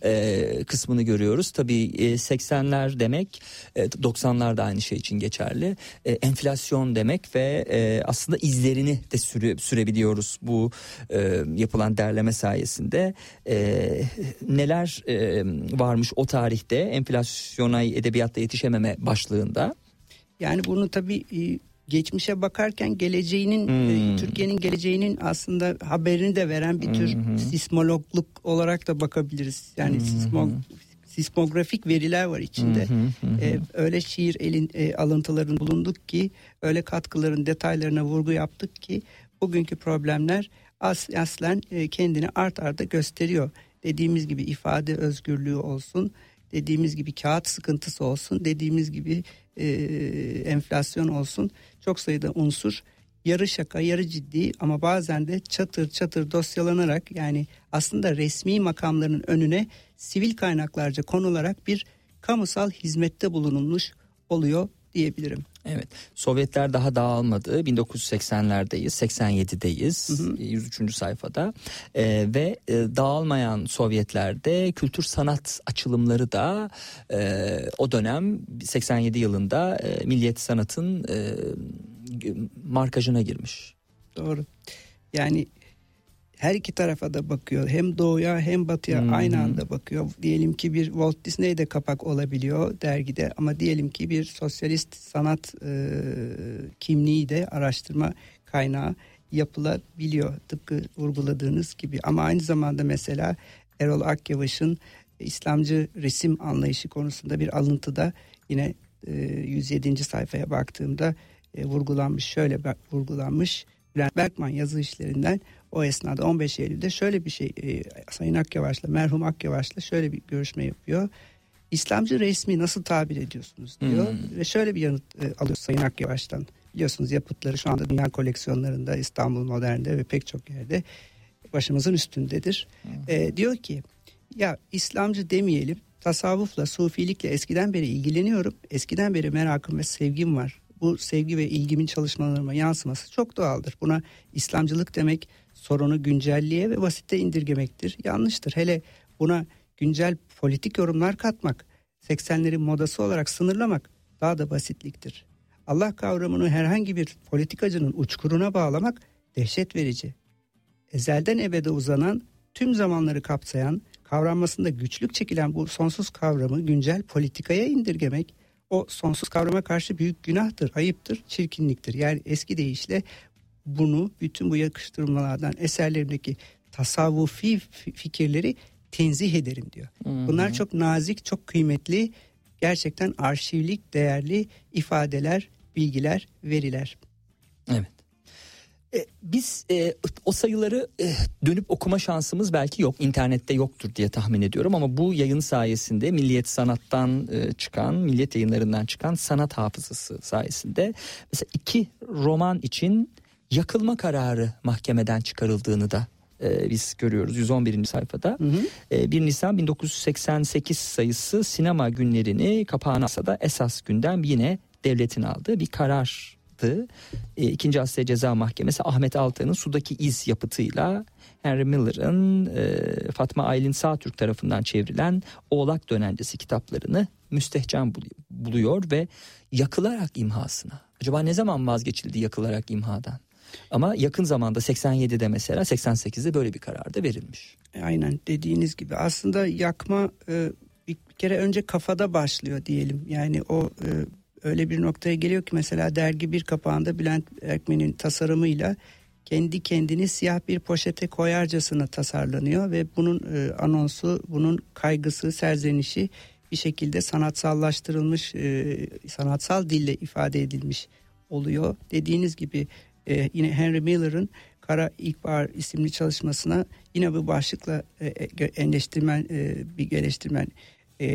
e, kısmını görüyoruz. Tabii e, seksenler demek e, doksanlar da aynı şey için geçerli. E, enflasyon demek ve e, aslında izlerini de süre, sürebiliyoruz bu e, yapılan derleme sayesinde. E, neler e, varmış o tarihte enflasyona edebiyatta yetişememe başlığında? Yani bunu tabii geçmişe bakarken geleceğinin hmm. Türkiye'nin geleceğinin aslında haberini de veren bir tür hmm. sismologluk olarak da bakabiliriz. Yani hmm. sismo, sismografik veriler var içinde. Hmm. Ee, öyle şiir elin, e, alıntıların bulunduk ki, öyle katkıların detaylarına vurgu yaptık ki bugünkü problemler as, aslen e, kendini art arda gösteriyor. Dediğimiz gibi ifade özgürlüğü olsun, dediğimiz gibi kağıt sıkıntısı olsun, dediğimiz gibi e, enflasyon olsun, çok sayıda unsur yarı şaka yarı ciddi ama bazen de çatır çatır dosyalanarak, yani aslında resmi makamların önüne sivil kaynaklarca konularak bir kamusal hizmette bulunulmuş oluyor diyebilirim. Evet, Sovyetler daha dağılmadı. bin dokuz yüz seksenlerdeyiz, seksen yedideyiz, hı hı. yüz üçüncü sayfada ee, ve e, dağılmayan Sovyetlerde kültür sanat açılımları da e, o dönem seksen yedi yılında e, Milliyet Sanat'ın e, markajına girmiş. Doğru. Yani her iki tarafa da bakıyor. Hem doğuya hem batıya hmm. aynı anda bakıyor. Diyelim ki bir Walt Disney'de kapak olabiliyor dergide ama diyelim ki bir sosyalist sanat e, kimliği de araştırma kaynağı yapılabiliyor. Tıpkı vurguladığınız gibi. Ama aynı zamanda mesela Erol Akyavaş'ın İslamcı resim anlayışı konusunda bir alıntıda yine e, yüz yedinci sayfaya baktığımda e, vurgulanmış. Şöyle vurgulanmış. Bülent Berkman yazı işlerinden o esnada on beş Eylül'de şöyle bir şey e, Sayın Akyavaş'la merhum Akyavaş'la şöyle bir görüşme yapıyor. İslamcı resmi nasıl tabir ediyorsunuz diyor hmm. ve şöyle bir yanıt e, alıyor Sayın Akyavaş'tan. Biliyorsunuz yapıtları şu anda dünya koleksiyonlarında İstanbul Modern'de ve pek çok yerde başımızın üstündedir. Hmm. E, diyor ki ya İslamcı demeyelim, tasavvufla, sufilikle eskiden beri ilgileniyorum. Eskiden beri merakım ve sevgim var. Bu sevgi ve ilgimin çalışmalarıma yansıması çok doğaldır. Buna İslamcılık demek sorunu güncelliğe ve basite indirgemektir. Yanlıştır. Hele buna güncel politik yorumlar katmak, seksenlerin modası olarak sınırlamak daha da basitliktir. Allah kavramını herhangi bir politikacının uçkuruna bağlamak dehşet verici. Ezelden ebede uzanan, tüm zamanları kapsayan, kavranmasında güçlük çekilen bu sonsuz kavramı güncel politikaya indirgemek, o sonsuz kavrama karşı büyük günahtır, ayıptır, çirkinliktir. Yani eski deyişle bunu bütün bu yakıştırmalardan eserlerimdeki tasavvufi fikirleri tenzih ederim diyor. Hı-hı. Bunlar çok nazik, çok kıymetli, gerçekten arşivlik, değerli ifadeler, bilgiler, veriler. Evet. E, biz e, o sayıları e, dönüp okuma şansımız belki yok. İnternette yoktur diye tahmin ediyorum ama bu yayın sayesinde Milliyet Sanat'tan e, çıkan, Milliyet Yayınları'ndan çıkan sanat hafızası sayesinde mesela iki roman için yakılma kararı mahkemeden çıkarıldığını da e, biz görüyoruz yüz on birinci sayfada. Hı hı. E, bir Nisan bin dokuz yüz seksen sekiz sayısı sinema günlerini kapağına asa da esas gündem yine devletin aldığı bir karar. İkinci Asya Ceza Mahkemesi Ahmet Altan'ın Sudaki İz yapıtıyla Henry Miller'ın e, Fatma Aylin Sağtürk tarafından çevrilen Oğlak Dönencesi kitaplarını müstehcen buluyor ve yakılarak imhasına. Acaba ne zaman vazgeçildi yakılarak imhadan? Ama yakın zamanda seksen yedide mesela seksen sekizde böyle bir karar da verilmiş. Aynen dediğiniz gibi aslında yakma e, bir kere önce kafada başlıyor diyelim. Yani o e, öyle bir noktaya geliyor ki mesela dergi bir kapağında Bülent Berkman'ın tasarımıyla kendi kendini siyah bir poşete koyarcasına tasarlanıyor ve bunun e, anonsu, bunun kaygısı, serzenişi bir şekilde sanatsallaştırılmış, e, sanatsal dille ifade edilmiş oluyor. Dediğiniz gibi e, yine Henry Miller'ın Kara İlkbahar isimli çalışmasına yine bu başlıkla e, eleştirmen, e, bir eleştirmen e,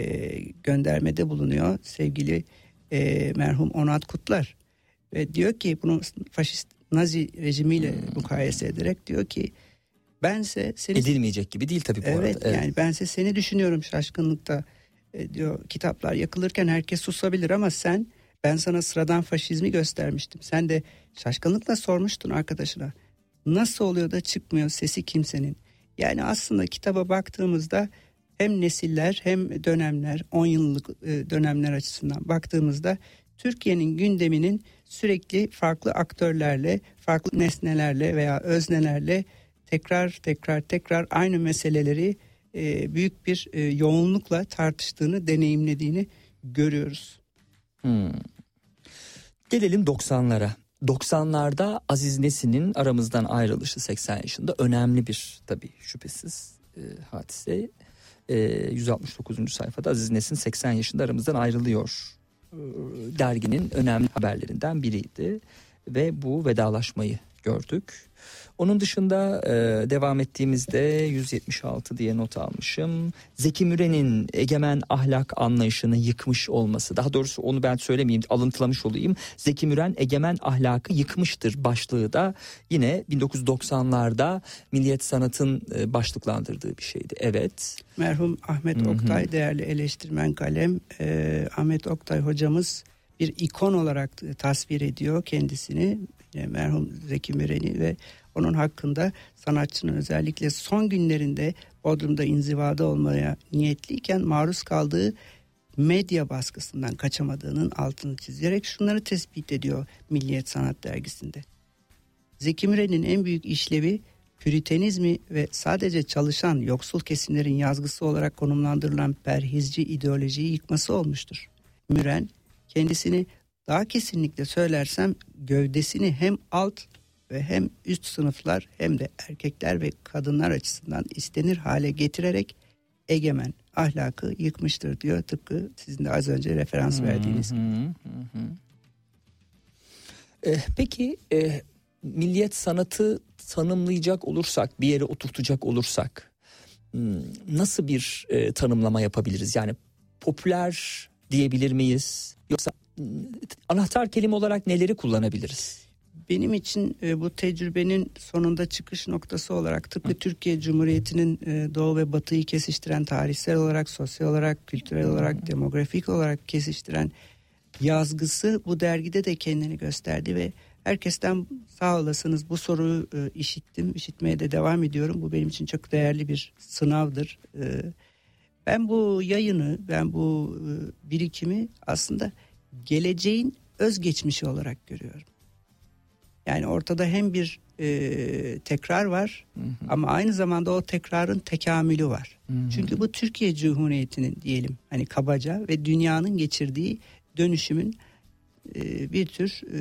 göndermede bulunuyor sevgili E, merhum Onat Kutlar ve diyor ki bunu faşist Nazi rejimiyle hmm. mukayese ederek diyor ki bense seni edilmeyecek gibi değil tabii bu evet, arada. Evet yani bense seni düşünüyorum şaşkınlıkta e, diyor kitaplar yakılırken herkes susabilir ama sen ben sana sıradan faşizmi göstermiştim. Sen de şaşkınlıkla sormuştun arkadaşına nasıl oluyor da çıkmıyor sesi kimsenin. Yani aslında kitaba baktığımızda hem nesiller hem dönemler on yıllık dönemler açısından baktığımızda Türkiye'nin gündeminin sürekli farklı aktörlerle, farklı nesnelerle veya öznelerle tekrar tekrar tekrar aynı meseleleri büyük bir yoğunlukla tartıştığını, deneyimlediğini görüyoruz. Hmm. Gelelim doksanlara. doksanlarda Aziz Nesin'in aramızdan ayrılışı seksen yaşında önemli bir tabii şüphesiz e, hadise. yüz altmış dokuzuncu sayfada Aziz Nesin seksen yaşında aramızdan ayrılıyor derginin önemli haberlerinden biriydi ve bu vedalaşmayı gördük. Onun dışında e, devam ettiğimizde yüz yetmiş altı diye not almışım. Zeki Müren'in egemen ahlak anlayışını yıkmış olması. Daha doğrusu onu ben söylemeyeyim, alıntılamış olayım. Zeki Müren egemen ahlakı yıkmıştır başlığı da yine bin dokuz yüz doksanlarda Milliyet Sanat'ın e, başlıklandırdığı bir şeydi. Evet. Merhum Ahmet Hı-hı. Oktay değerli eleştirmen kalem. E, Ahmet Oktay hocamız bir ikon olarak tasvir ediyor kendisini, merhum Zeki Müren'i ve onun hakkında sanatçının özellikle son günlerinde Bodrum'da inzivada olmaya niyetliyken maruz kaldığı medya baskısından kaçamadığının altını çizerek şunları tespit ediyor Milliyet Sanat Dergisi'nde. Zeki Müren'in en büyük işlevi Püritenizmi ve sadece çalışan yoksul kesimlerin yazgısı olarak konumlandırılan perhizci ideolojiyi yıkması olmuştur. Müren kendisini daha kesinlikle söylersem gövdesini hem alt ve hem üst sınıflar hem de erkekler ve kadınlar açısından istenir hale getirerek egemen ahlakı yıkmıştır diyor, tıpkı sizin de az önce referans verdiğiniz gibi. Hı hı hı. Ee, peki e, milliyet sanatı tanımlayacak olursak, bir yere oturtacak olursak nasıl bir e, tanımlama yapabiliriz? Yani popüler diyebilir miyiz? Yoksa anahtar kelime olarak neleri kullanabiliriz? Benim için e, bu tecrübenin sonunda çıkış noktası olarak tıpkı Hı. Türkiye Cumhuriyeti'nin e, Doğu ve Batı'yı kesiştiren, tarihsel olarak, sosyal olarak, kültürel olarak, Hı. demografik olarak kesiştiren yazgısı bu dergide de kendini gösterdi ve herkesten sağ olasınız bu soruyu e, işittim, işitmeye de devam ediyorum. Bu benim için çok değerli bir sınavdır. E, ben bu yayını, ben bu e, birikimi aslında geleceğin özgeçmişi olarak görüyorum. Yani ortada hem bir e, tekrar var, hı hı. ama aynı zamanda o tekrarın tekamülü var. Hı hı. Çünkü bu Türkiye Cumhuriyeti'nin diyelim hani kabaca ve dünyanın geçirdiği dönüşümün e, bir tür e,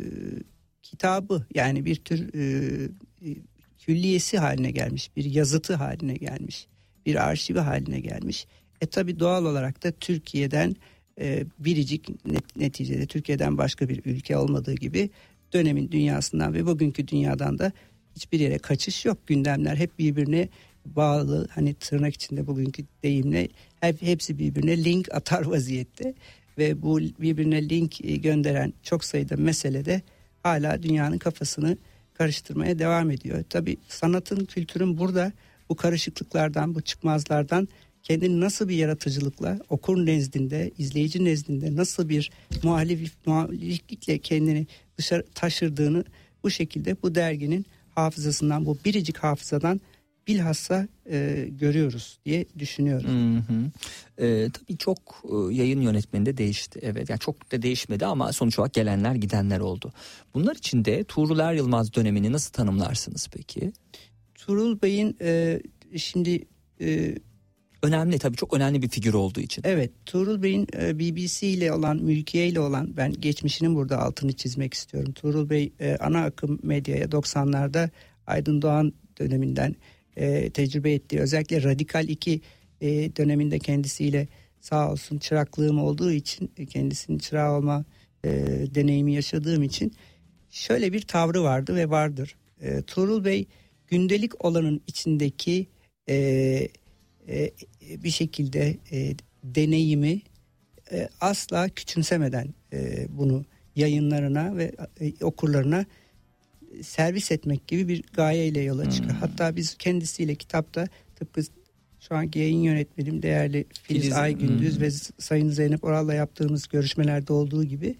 kitabı, yani bir tür e, külliyesi haline gelmiş, bir yazıtı haline gelmiş, bir arşivi haline gelmiş. E tabi doğal olarak da Türkiye'den e, biricik net, neticede Türkiye'den başka bir ülke olmadığı gibi dönemin dünyasından ve bugünkü dünyadan da hiçbir yere kaçış yok. Gündemler hep birbirine bağlı, hani tırnak içinde bugünkü deyimle hep, hepsi birbirine link atar vaziyette ve bu birbirine link gönderen çok sayıda mesele de hala dünyanın kafasını karıştırmaya devam ediyor. Tabii sanatın, kültürün burada bu karışıklıklardan, bu çıkmazlardan kendini nasıl bir yaratıcılıkla okur nezdinde, izleyici nezdinde nasıl bir muhalif, muhaliflikle kendini dışarı taşırdığını bu şekilde bu derginin hafızasından, bu biricik hafızadan bilhassa e, görüyoruz diye düşünüyorum. Hı hı. E, tabii çok e, yayın yönetmeni de değişti. Evet, yani çok da değişmedi ama sonuç olarak gelenler gidenler oldu. Bunlar içinde Tuğrul Er Yılmaz dönemini nasıl tanımlarsınız peki? Tuğrul Bey'in e, şimdi e, önemli, tabii çok önemli bir figür olduğu için. Evet, Tuğrul Bey'in e, B B C ile olan, mülkiye ile olan, ben geçmişinin burada altını çizmek istiyorum. Tuğrul Bey e, ana akım medyaya doksanlarda Aydın Doğan döneminden e, tecrübe ettiği, özellikle Radikal iki e, döneminde kendisiyle sağ olsun çıraklığım olduğu için, e, kendisinin çırağı olma e, deneyimi yaşadığım için şöyle bir tavrı vardı ve vardır. E, Tuğrul Bey gündelik olanın içindeki e, e, bir şekilde e, deneyimi e, asla küçümsemeden e, bunu yayınlarına ve e, okurlarına servis etmek gibi bir gayeyle yola çıkıyor. Hmm. Hatta biz kendisiyle kitapta tıpkı şu anki yayın yönetmenim değerli Filiz, Filiz Aygündüz hmm. ve Sayın Zeynep Oral'la yaptığımız görüşmelerde olduğu gibi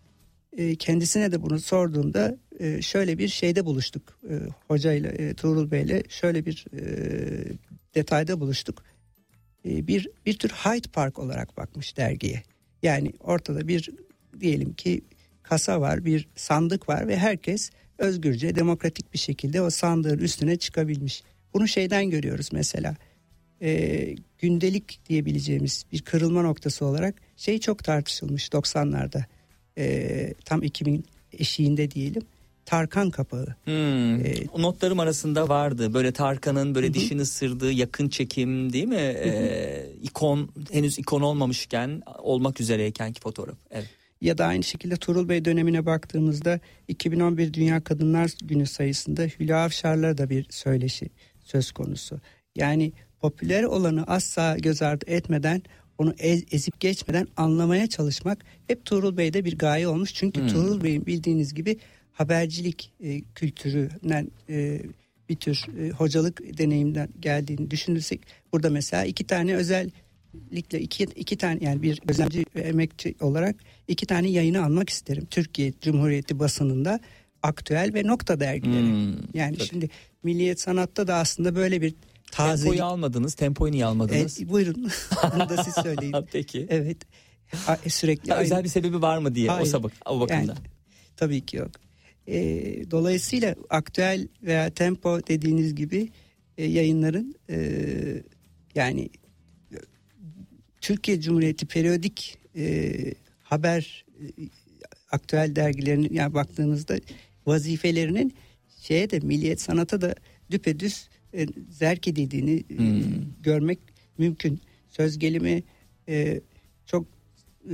e, kendisine de bunu sorduğumda e, şöyle bir şeyde buluştuk. E, hocayla, e, Tuğrul Bey'le şöyle bir e, detayda buluştuk. E, bir bir tür Hyde Park olarak bakmış dergiye. Yani ortada bir diyelim ki kasa var, bir sandık var ve herkes özgürce, demokratik bir şekilde o sandığın üstüne çıkabilmiş. Bunu şeyden görüyoruz mesela. E, gündelik diyebileceğimiz bir kırılma noktası olarak şey çok tartışılmış doksanlarda. E, tam iki bin eşiğinde diyelim. Tarkan kapağı. Hmm, ee, o notlarım arasında vardı. Böyle Tarkan'ın böyle hı. dişini ısırdığı yakın çekim değil mi? Ee, ikon, henüz ikon olmamışken, olmak üzereyken ki fotoğraf. Evet. Ya da aynı şekilde Tuğrul Bey dönemine baktığımızda iki bin on bir Dünya Kadınlar Günü sayısında Hülya Avşar'la da bir söyleşi söz konusu. Yani popüler olanı asla göz ardı etmeden, onu ez, ezip geçmeden anlamaya çalışmak hep Tuğrul Bey'de bir gaye olmuş. Çünkü hmm. Tuğrul Bey'in bildiğiniz gibi habercilik e, kültüründen e, bir tür e, hocalık deneyimden geldiğini düşünürsek, burada mesela iki tane özellikle iki iki tane, yani bir gözlemci ve emekçi olarak iki tane yayını almak isterim. Türkiye Cumhuriyeti basınında Aktüel ve Nokta dergileri. Hmm, yani tabii. Şimdi Milliyet Sanat'ta da aslında böyle bir taze... Tempoyu almadınız. Tempoyu niye almadınız? E, buyurun. Bunu da siz söyleyin. Peki. Evet. Sürekli. Ya, özel bir sebebi var mı diye. Hayır. O sabık. O bakımdan. Yani, tabii ki yok. E, dolayısıyla Aktüel veya Tempo dediğiniz gibi e, yayınların e, yani Türkiye Cumhuriyeti periyodik e, haber e, aktüel dergilerinin yani baktığınızda vazifelerinin şeye de Milliyet Sanat'a da düpedüz e, zerk edildiğini hmm. e, görmek mümkün. Söz gelimi e, çok e,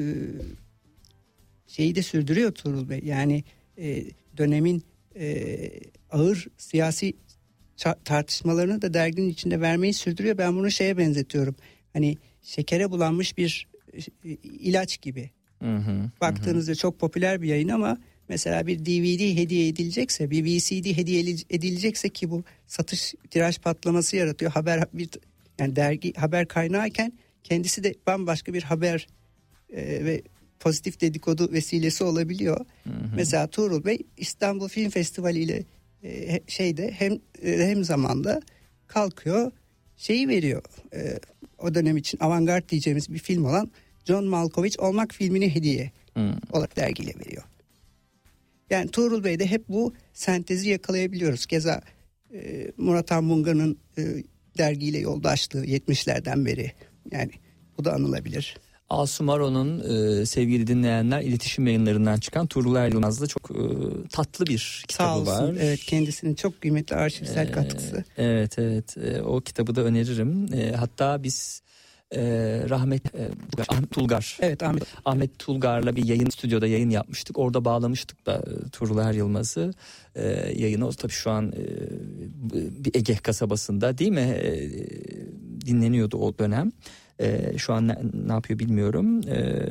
şeyi de sürdürüyor Tuğrul Bey. Yani e, dönemin e, ağır siyasi tartışmalarını da derginin içinde vermeyi sürdürüyor. Ben bunu şeye benzetiyorum. Hani şekere bulanmış bir ilaç gibi. Hı hı, Baktığınızda hı. çok popüler bir yayın ama mesela bir D V D hediye edilecekse, bir V C D hediye edilecekse ki bu satış tiraj patlaması yaratıyor. Haber bir yani dergi haber kaynağıyken kendisi de bambaşka bir haber e, ve pozitif dedikodu vesilesi olabiliyor. Hı hı. Mesela Tuğrul Bey İstanbul Film Festivali ile e, şeyde hem e, hem zamanda kalkıyor şeyi veriyor. E, o dönem için avantgard diyeceğimiz bir film olan John Malkovich Olmak filmini hediye hmm. olarak dergiyle veriyor. Yani Tuğrul Bey'de hep bu sentezi yakalayabiliyoruz. Keza e, Murat Anmunga'nın e, dergiyle yoldaşlığı yetmişlerden beri. Yani bu da anılabilir. Asumaro'nun e, sevgili dinleyenler iletişim yayınlarından çıkan Tuğrul Er Yılmaz'da çok e, tatlı bir kitabı Sağ olsun. var. Evet, kendisinin çok kıymetli arşivsel e, katkısı. Evet evet e, o kitabı da öneririm. E, hatta biz e, rahmet e, Ahmet Tulgar. Evet Ahmet. Ahmet Tulgar'la bir yayın stüdyoda yayın yapmıştık. Orada bağlamıştık da e, Tuğrul Er Yılmaz'ı e, yayını. O tabii şu an e, bir Ege kasabasında değil mi? E, dinleniyordu o dönem. Ee, şu an ne, ne yapıyor bilmiyorum. Ee,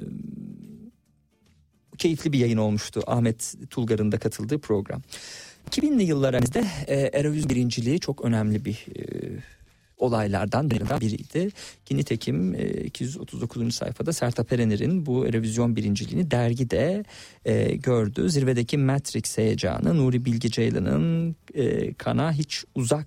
keyifli bir yayın olmuştu Ahmet Tulgar'ın da katıldığı program. iki binli yıllarımızda e, Eurovision birinciliği çok önemli bir e, olaylardan biriydi. Ki nitekim e, iki yüz otuz dokuzuncu sayfada Sertab Erener'in bu Eurovision birinciliğini dergide e, gördü. Zirvedeki Matrix heyecanı, Nuri Bilge Ceylan'ın e, kana hiç uzak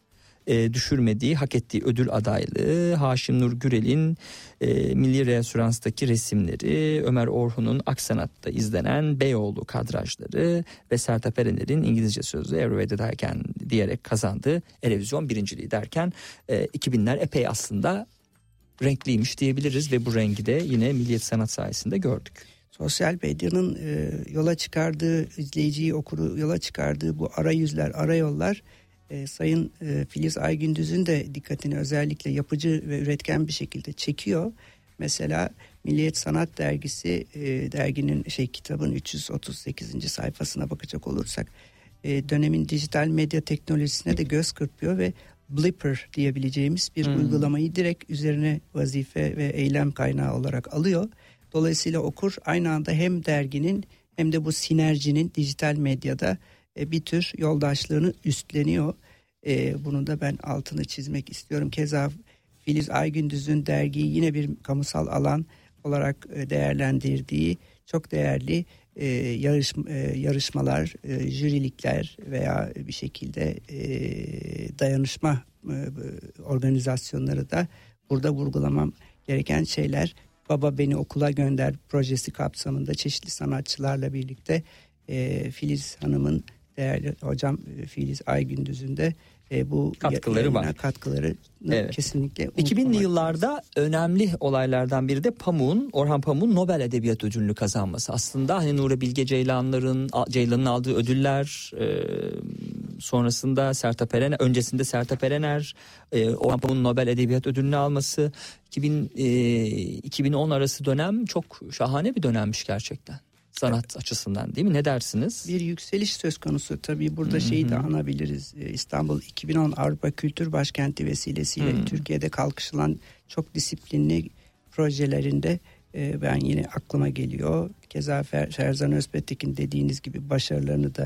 E, düşürmediği, hak ettiği ödül adaylığı, Haşim Nur Gürel'in e, Milli Reasürans'taki resimleri, Ömer Orhun'un Aksanat'ta izlenen Beyoğlu kadrajları ve Sertab Erener'in İngilizce sözlü Everywhere derken diyerek kazandığı Eurovision birinciliği derken e, iki binler epey aslında renkliymiş diyebiliriz ve bu rengi de yine Milliyet Sanat sayesinde gördük. Sosyal medyanın e, yola çıkardığı, izleyiciyi, okuru yola çıkardığı bu arayüzler, arayollar E, Sayın e, Filiz Aygündüz'ün de dikkatini özellikle yapıcı ve üretken bir şekilde çekiyor. Mesela Milliyet Sanat Dergisi e, derginin şey kitabın üç yüz otuz sekizinci sayfasına bakacak olursak e, dönemin dijital medya teknolojisine de göz kırpıyor ve Blipper diyebileceğimiz bir hmm. uygulamayı direkt üzerine vazife ve eylem kaynağı olarak alıyor. Dolayısıyla okur aynı anda hem derginin hem de bu sinerjinin dijital medyada bir tür yoldaşlığını üstleniyor. Ee, bunu da ben altını çizmek istiyorum. Keza Filiz Aygündüz'ün dergiyi yine bir kamusal alan olarak değerlendirdiği çok değerli e, yarış, e, yarışmalar, e, jürilikler veya bir şekilde e, dayanışma e, organizasyonları da burada vurgulamam gereken şeyler. Baba Beni Okula Gönder projesi kapsamında çeşitli sanatçılarla birlikte e, Filiz Hanım'ın değerli hocam Filiz Aygündüz'ün de e, bu katkıları var. Katkıları evet. kesinlikle iki binli yıllarda önemli olaylardan biri de Pamuk'un, Orhan Pamuk'un Nobel Edebiyat Ödülünü kazanması. Aslında hani Nuri Bilge Ceylan'ların Ceylan'ın aldığı ödüller, e, sonrasında Sertab Erener, öncesinde Sertab Erener, e, Orhan Pamuk'un Nobel Edebiyat Ödülünü alması, iki bin e, iki bin on arası dönem çok şahane bir dönemmiş gerçekten. Sanat evet. açısından değil mi? Ne dersiniz? Bir yükseliş söz konusu. Tabii burada Hı-hı. şeyi de anabiliriz. İstanbul iki bin on Avrupa Kültür Başkenti vesilesiyle Hı-hı. Türkiye'de kalkışılan çok disiplinli projelerinde e, ben yine aklıma geliyor. Keza Fer- Ferzan Özpetek'in dediğiniz gibi başarılarını da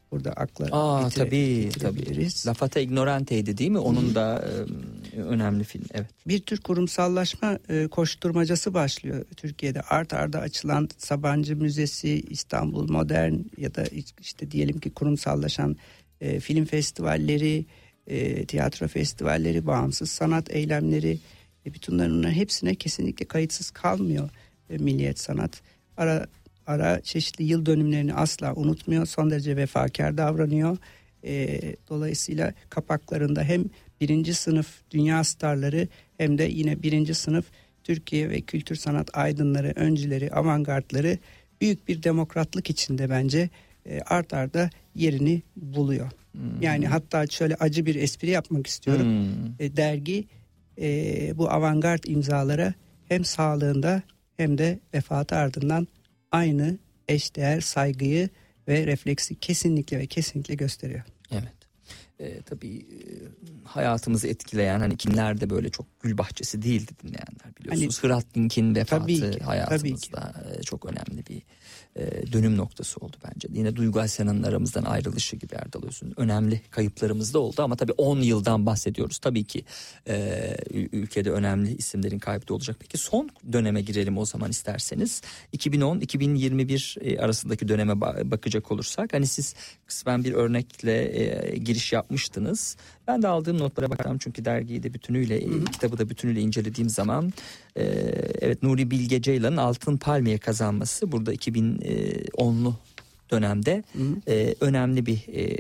burada akla Aa, getire, tabii, getirebiliriz. Tabii. La Fata Ignorante'ydi değil mi? Onun da e, önemli film. Evet. Bir tür kurumsallaşma e, koşturmacası başlıyor Türkiye'de. Art arda açılan Sabancı Müzesi, İstanbul Modern ya da işte diyelim ki kurumsallaşan e, film festivalleri, e, tiyatro festivalleri, bağımsız sanat eylemleri, e, bütün bunların hepsine kesinlikle kayıtsız kalmıyor e, Milliyet Sanat. Ara ara çeşitli yıl dönümlerini asla unutmuyor, son derece vefakar davranıyor. E, dolayısıyla kapaklarında hem birinci sınıf dünya starları hem de yine birinci sınıf Türkiye ve kültür sanat aydınları, öncüleri, avantgardları büyük bir demokratlık içinde bence e, art arda yerini buluyor. Hmm. Yani hatta şöyle acı bir espri yapmak istiyorum. Hmm. E, dergi e, bu avantgard imzalara hem sağlığında hem de vefatı ardından aynı eşdeğer saygıyı ve refleksi kesinlikle ve kesinlikle gösteriyor. Evet. E, tabii e, hayatımızı etkileyen hani kimler de böyle çok gül bahçesi değildi dinleyenler biliyorsunuz. Hani, Hrant Dink'in vefatı tabii ki, hayatımızda tabii ki. çok önemli bir e, dönüm noktası oldu bence. Yine Duygu Asena'nın aramızdan ayrılışı gibi Erdal Öz'ün önemli kayıplarımız da oldu ama tabii on yıldan bahsediyoruz. Tabii ki e, ülkede önemli isimlerin kaybı da olacak. Peki son döneme girelim o zaman isterseniz. iki bin on iki bin yirmi bir arasındaki döneme bakacak olursak hani siz kısmen bir örnekle e, giriş yapmıştınız. Ben de aldığım notlara bakalım çünkü dergiyi de bütünüyle, hı hı. kitabı da bütünüyle incelediğim zaman e, evet Nuri Bilge Ceylan'ın Altın Palmiye kazanması burada iki bin onlu dönemde hı hı. E, önemli bir e,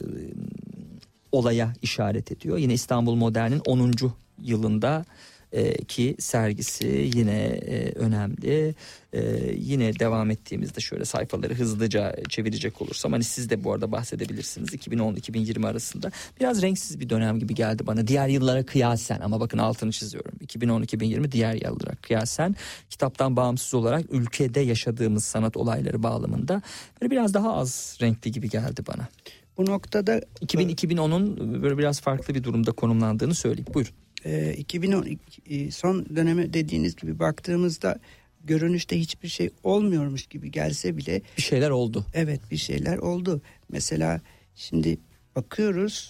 olaya işaret ediyor. Yine İstanbul Modern'in onuncu yılında e, ki sergisi yine e, önemli. E, yine devam ettiğimizde şöyle sayfaları hızlıca çevirecek olursam hani siz de bu arada bahsedebilirsiniz. iki bin on iki bin yirmi arasında biraz renksiz bir dönem gibi geldi bana. Diğer yıllara kıyasen ama bakın altını çiziyorum. iki bin on iki bin yirmi diğer yıllara kıyasen kitaptan bağımsız olarak ülkede yaşadığımız sanat olayları bağlamında böyle biraz daha az renkli gibi geldi bana. Bu noktada iki bin iki bin onun böyle biraz farklı bir durumda konumlandığını söyleyeyim. Buyurun. iki bin on son döneme dediğiniz gibi baktığımızda görünüşte hiçbir şey olmuyormuş gibi gelse bile bir şeyler oldu. Evet, bir şeyler oldu. Mesela şimdi bakıyoruz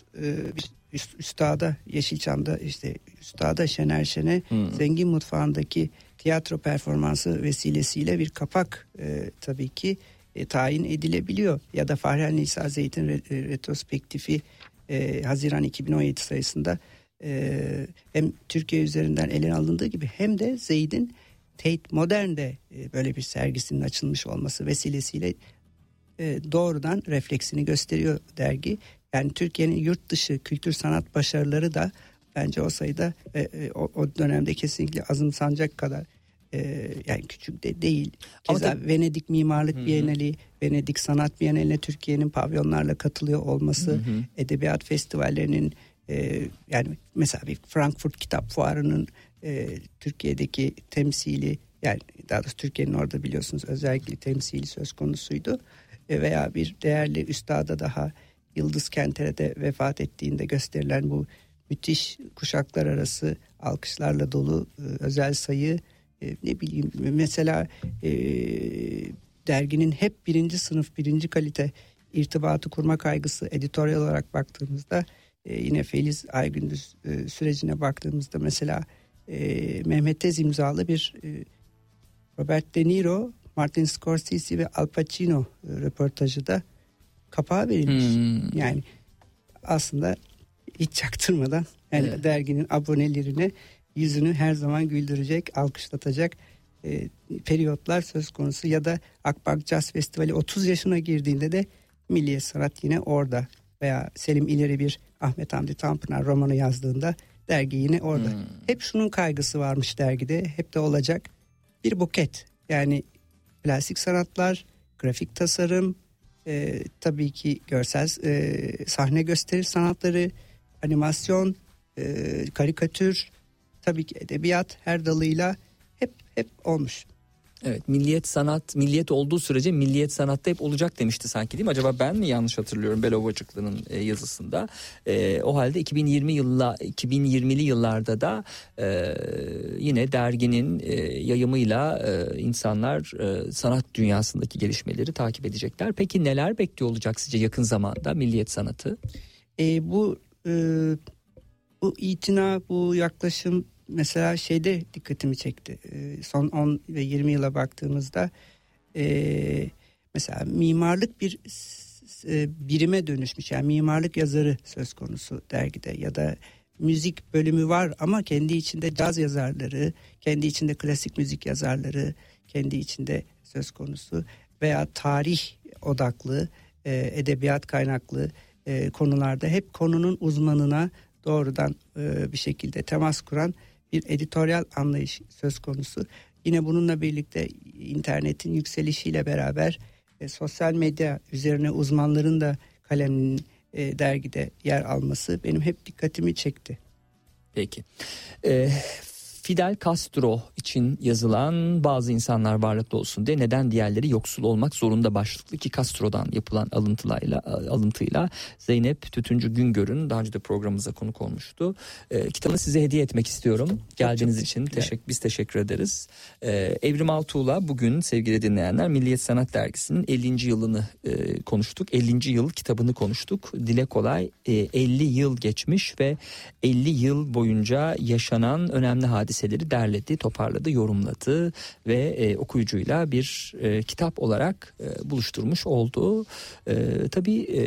Üstad'a, Yeşilçam'da işte Üstad'a Şener Şen'e hmm. Zengin Mutfağı'ndaki tiyatro performansı vesilesiyle bir kapak e, tabii ki e, tayin edilebiliyor. Ya da Fahrettin Nisa Zeyt'in re, retrospektifi e, Haziran iki bin on yedi sayısında Ee, hem Türkiye üzerinden ele alındığı gibi hem de Zeyd'in Tate Modern'de e, böyle bir sergisinin açılmış olması vesilesiyle e, doğrudan refleksini gösteriyor dergi. Yani Türkiye'nin yurt dışı kültür sanat başarıları da bence o sayıda e, e, o, o dönemde kesinlikle azımsanacak kadar e, yani küçük de değil. Keza tabii, Venedik Mimarlık hı-hı. Bienali, Venedik Sanat Bienali'ne Türkiye'nin pavyonlarla katılıyor olması, hı-hı. edebiyat festivallerinin Ee, yani mesela bir Frankfurt Kitap Fuarı'nın e, Türkiye'deki temsili, yani daha doğrusu Türkiye'nin orada biliyorsunuz özellikle temsili söz konusuydu. E, veya bir değerli üstada daha Yıldız Kentere'de vefat ettiğinde gösterilen bu müthiş kuşaklar arası alkışlarla dolu e, özel sayı, e, ne bileyim mesela e, derginin hep birinci sınıf birinci kalite irtibatı kurma kaygısı editoryal olarak baktığımızda, Ee, yine Feliz Aygündüz e, sürecine baktığımızda mesela e, Mehmet Tez imzalı bir e, Robert De Niro, Martin Scorsese ve Al Pacino e, röportajı da kapağı verilmiş. Hmm. Yani aslında hiç çaktırmadan yani evet. derginin abonelerine yüzünü her zaman güldürecek, alkışlatacak e, periyotlar söz konusu. Ya da Akbank Jazz Festivali otuz yaşına girdiğinde de Milliyet Sanat yine orada. Veya Selim İleri bir Ahmet Hamdi Tanpınar romanı yazdığında dergi yine orada. Hmm. Hep şunun kaygısı varmış dergide, hep de olacak. Bir buket, yani plastik sanatlar, grafik tasarım, e, tabii ki görsel e, sahne gösteri sanatları, animasyon, e, karikatür, tabii ki edebiyat her dalıyla hep hep olmuş. Evet, milliyet sanat, milliyet olduğu sürece milliyet sanatta hep olacak demişti sanki, değil mi? Acaba ben mi yanlış hatırlıyorum Belovacıklı'nın e, yazısında? E, o halde iki bin yirmi yılla iki bin yirmili yıllarda da e, yine derginin e, yayımıyla e, insanlar e, sanat dünyasındaki gelişmeleri takip edecekler. Peki neler bekliyor olacak sizce yakın zamanda milliyet sanatı? E, bu e, bu itina, bu yaklaşım mesela şeyde dikkatimi çekti. E, son on ve yirmi yıla baktığımızda e, mesela mimarlık bir e, birime dönüşmüş. Yani mimarlık yazarı söz konusu dergide, ya da müzik bölümü var ama kendi içinde caz yazarları, kendi içinde klasik müzik yazarları, kendi içinde söz konusu, veya tarih odaklı, e, edebiyat kaynaklı e, konularda hep konunun uzmanına doğrudan e, bir şekilde temas kuran bir editoryal anlayış söz konusu. Yine bununla birlikte internetin yükselişiyle beraber e, sosyal medya üzerine uzmanların da kaleminin e, dergide yer alması benim hep dikkatimi çekti. Peki. Ee, Fidel Castro için yazılan "Bazı insanlar varlıklı olsun diye neden diğerleri yoksul olmak zorunda" başlıklı, ki Castro'dan yapılan alıntılarla alıntıyla Zeynep Tütüncü Güngör'ün daha önce de programımıza konuk olmuştu. Ee, kitabını size hediye etmek istiyorum. Geldiğiniz için teşekkür, biz teşekkür ederiz. Ee, Evrim Altuğ'la bugün sevgili dinleyenler Milliyet Sanat Dergisi'nin ellinci yılını e, konuştuk. ellinci yıl kitabını konuştuk. Dile kolay e, elli yıl geçmiş ve elli yıl boyunca yaşanan önemli hadiseleri derledi, toparladı, yorumladı ve e, okuyucuyla bir e, kitap olarak e, buluşturmuş oldu. E, tabii e,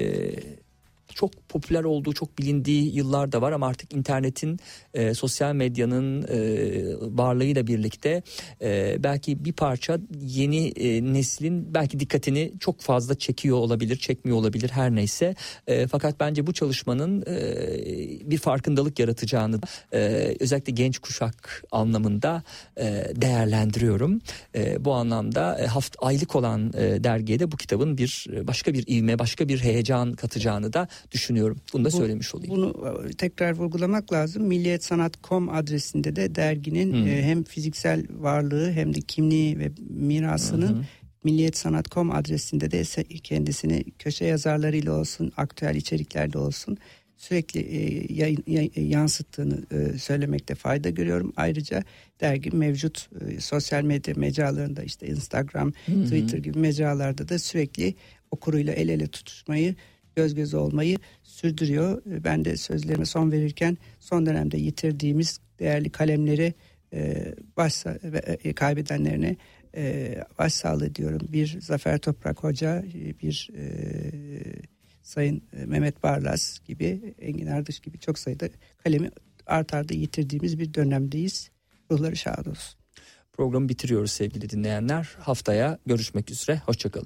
çok popüler olduğu, çok bilindiği yıllar da var ama artık internetin, e, sosyal medyanın e, varlığıyla birlikte e, belki bir parça yeni e, neslin belki dikkatini çok fazla çekiyor olabilir, çekmiyor olabilir, her neyse. E, fakat bence bu çalışmanın e, bir farkındalık yaratacağını e, özellikle genç kuşak anlamında e, değerlendiriyorum. E, bu anlamda e, haft aylık olan e, dergiye de bu kitabın bir başka bir ivme, başka bir heyecan katacağını da düşünüyorum. Bunu da bu, söylemiş olayım. Bunu tekrar vurgulamak lazım. milliyet sanat nokta com adresinde de derginin hmm. e, hem fiziksel varlığı hem de kimliği ve mirasının hmm. milliyet sanat nokta com adresinde de kendisini köşe yazarlarıyla olsun, aktüel içeriklerde olsun sürekli e, yayın, yay, yansıttığını e, söylemekte fayda görüyorum. Ayrıca dergi mevcut e, sosyal medya mecralarında, işte Instagram, hmm. Twitter gibi mecralarda da sürekli okuruyla el ele tutuşmayı, göz göze olmayı sürdürüyor. Ben de sözlerime son verirken son dönemde yitirdiğimiz değerli kalemleri e, baş, e, kaybedenlerine e, başsağlığı diyorum. Bir Zafer Toprak Hoca, bir e, Sayın Mehmet Barlas gibi, Engin Ardış gibi çok sayıda kalemi art arda yitirdiğimiz bir dönemdeyiz. Ruhları şad olsun. Programı bitiriyoruz sevgili dinleyenler. Haftaya görüşmek üzere. Hoşçakalın.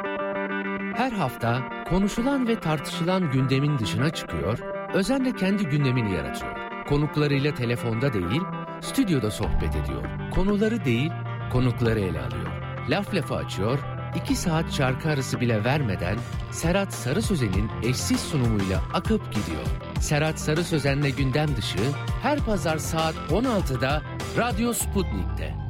Her hafta konuşulan ve tartışılan gündemin dışına çıkıyor, özenle kendi gündemini yaratıyor. Konuklarıyla telefonda değil, stüdyoda sohbet ediyor. Konuları değil, konukları ele alıyor. Laf lafı açıyor, iki saat şarkı arası bile vermeden Serhat Sarı Sözen'in eşsiz sunumuyla akıp gidiyor. Serhat Sarı Sözen'le gündem dışı her pazar saat on altıda Radyo Sputnik'te.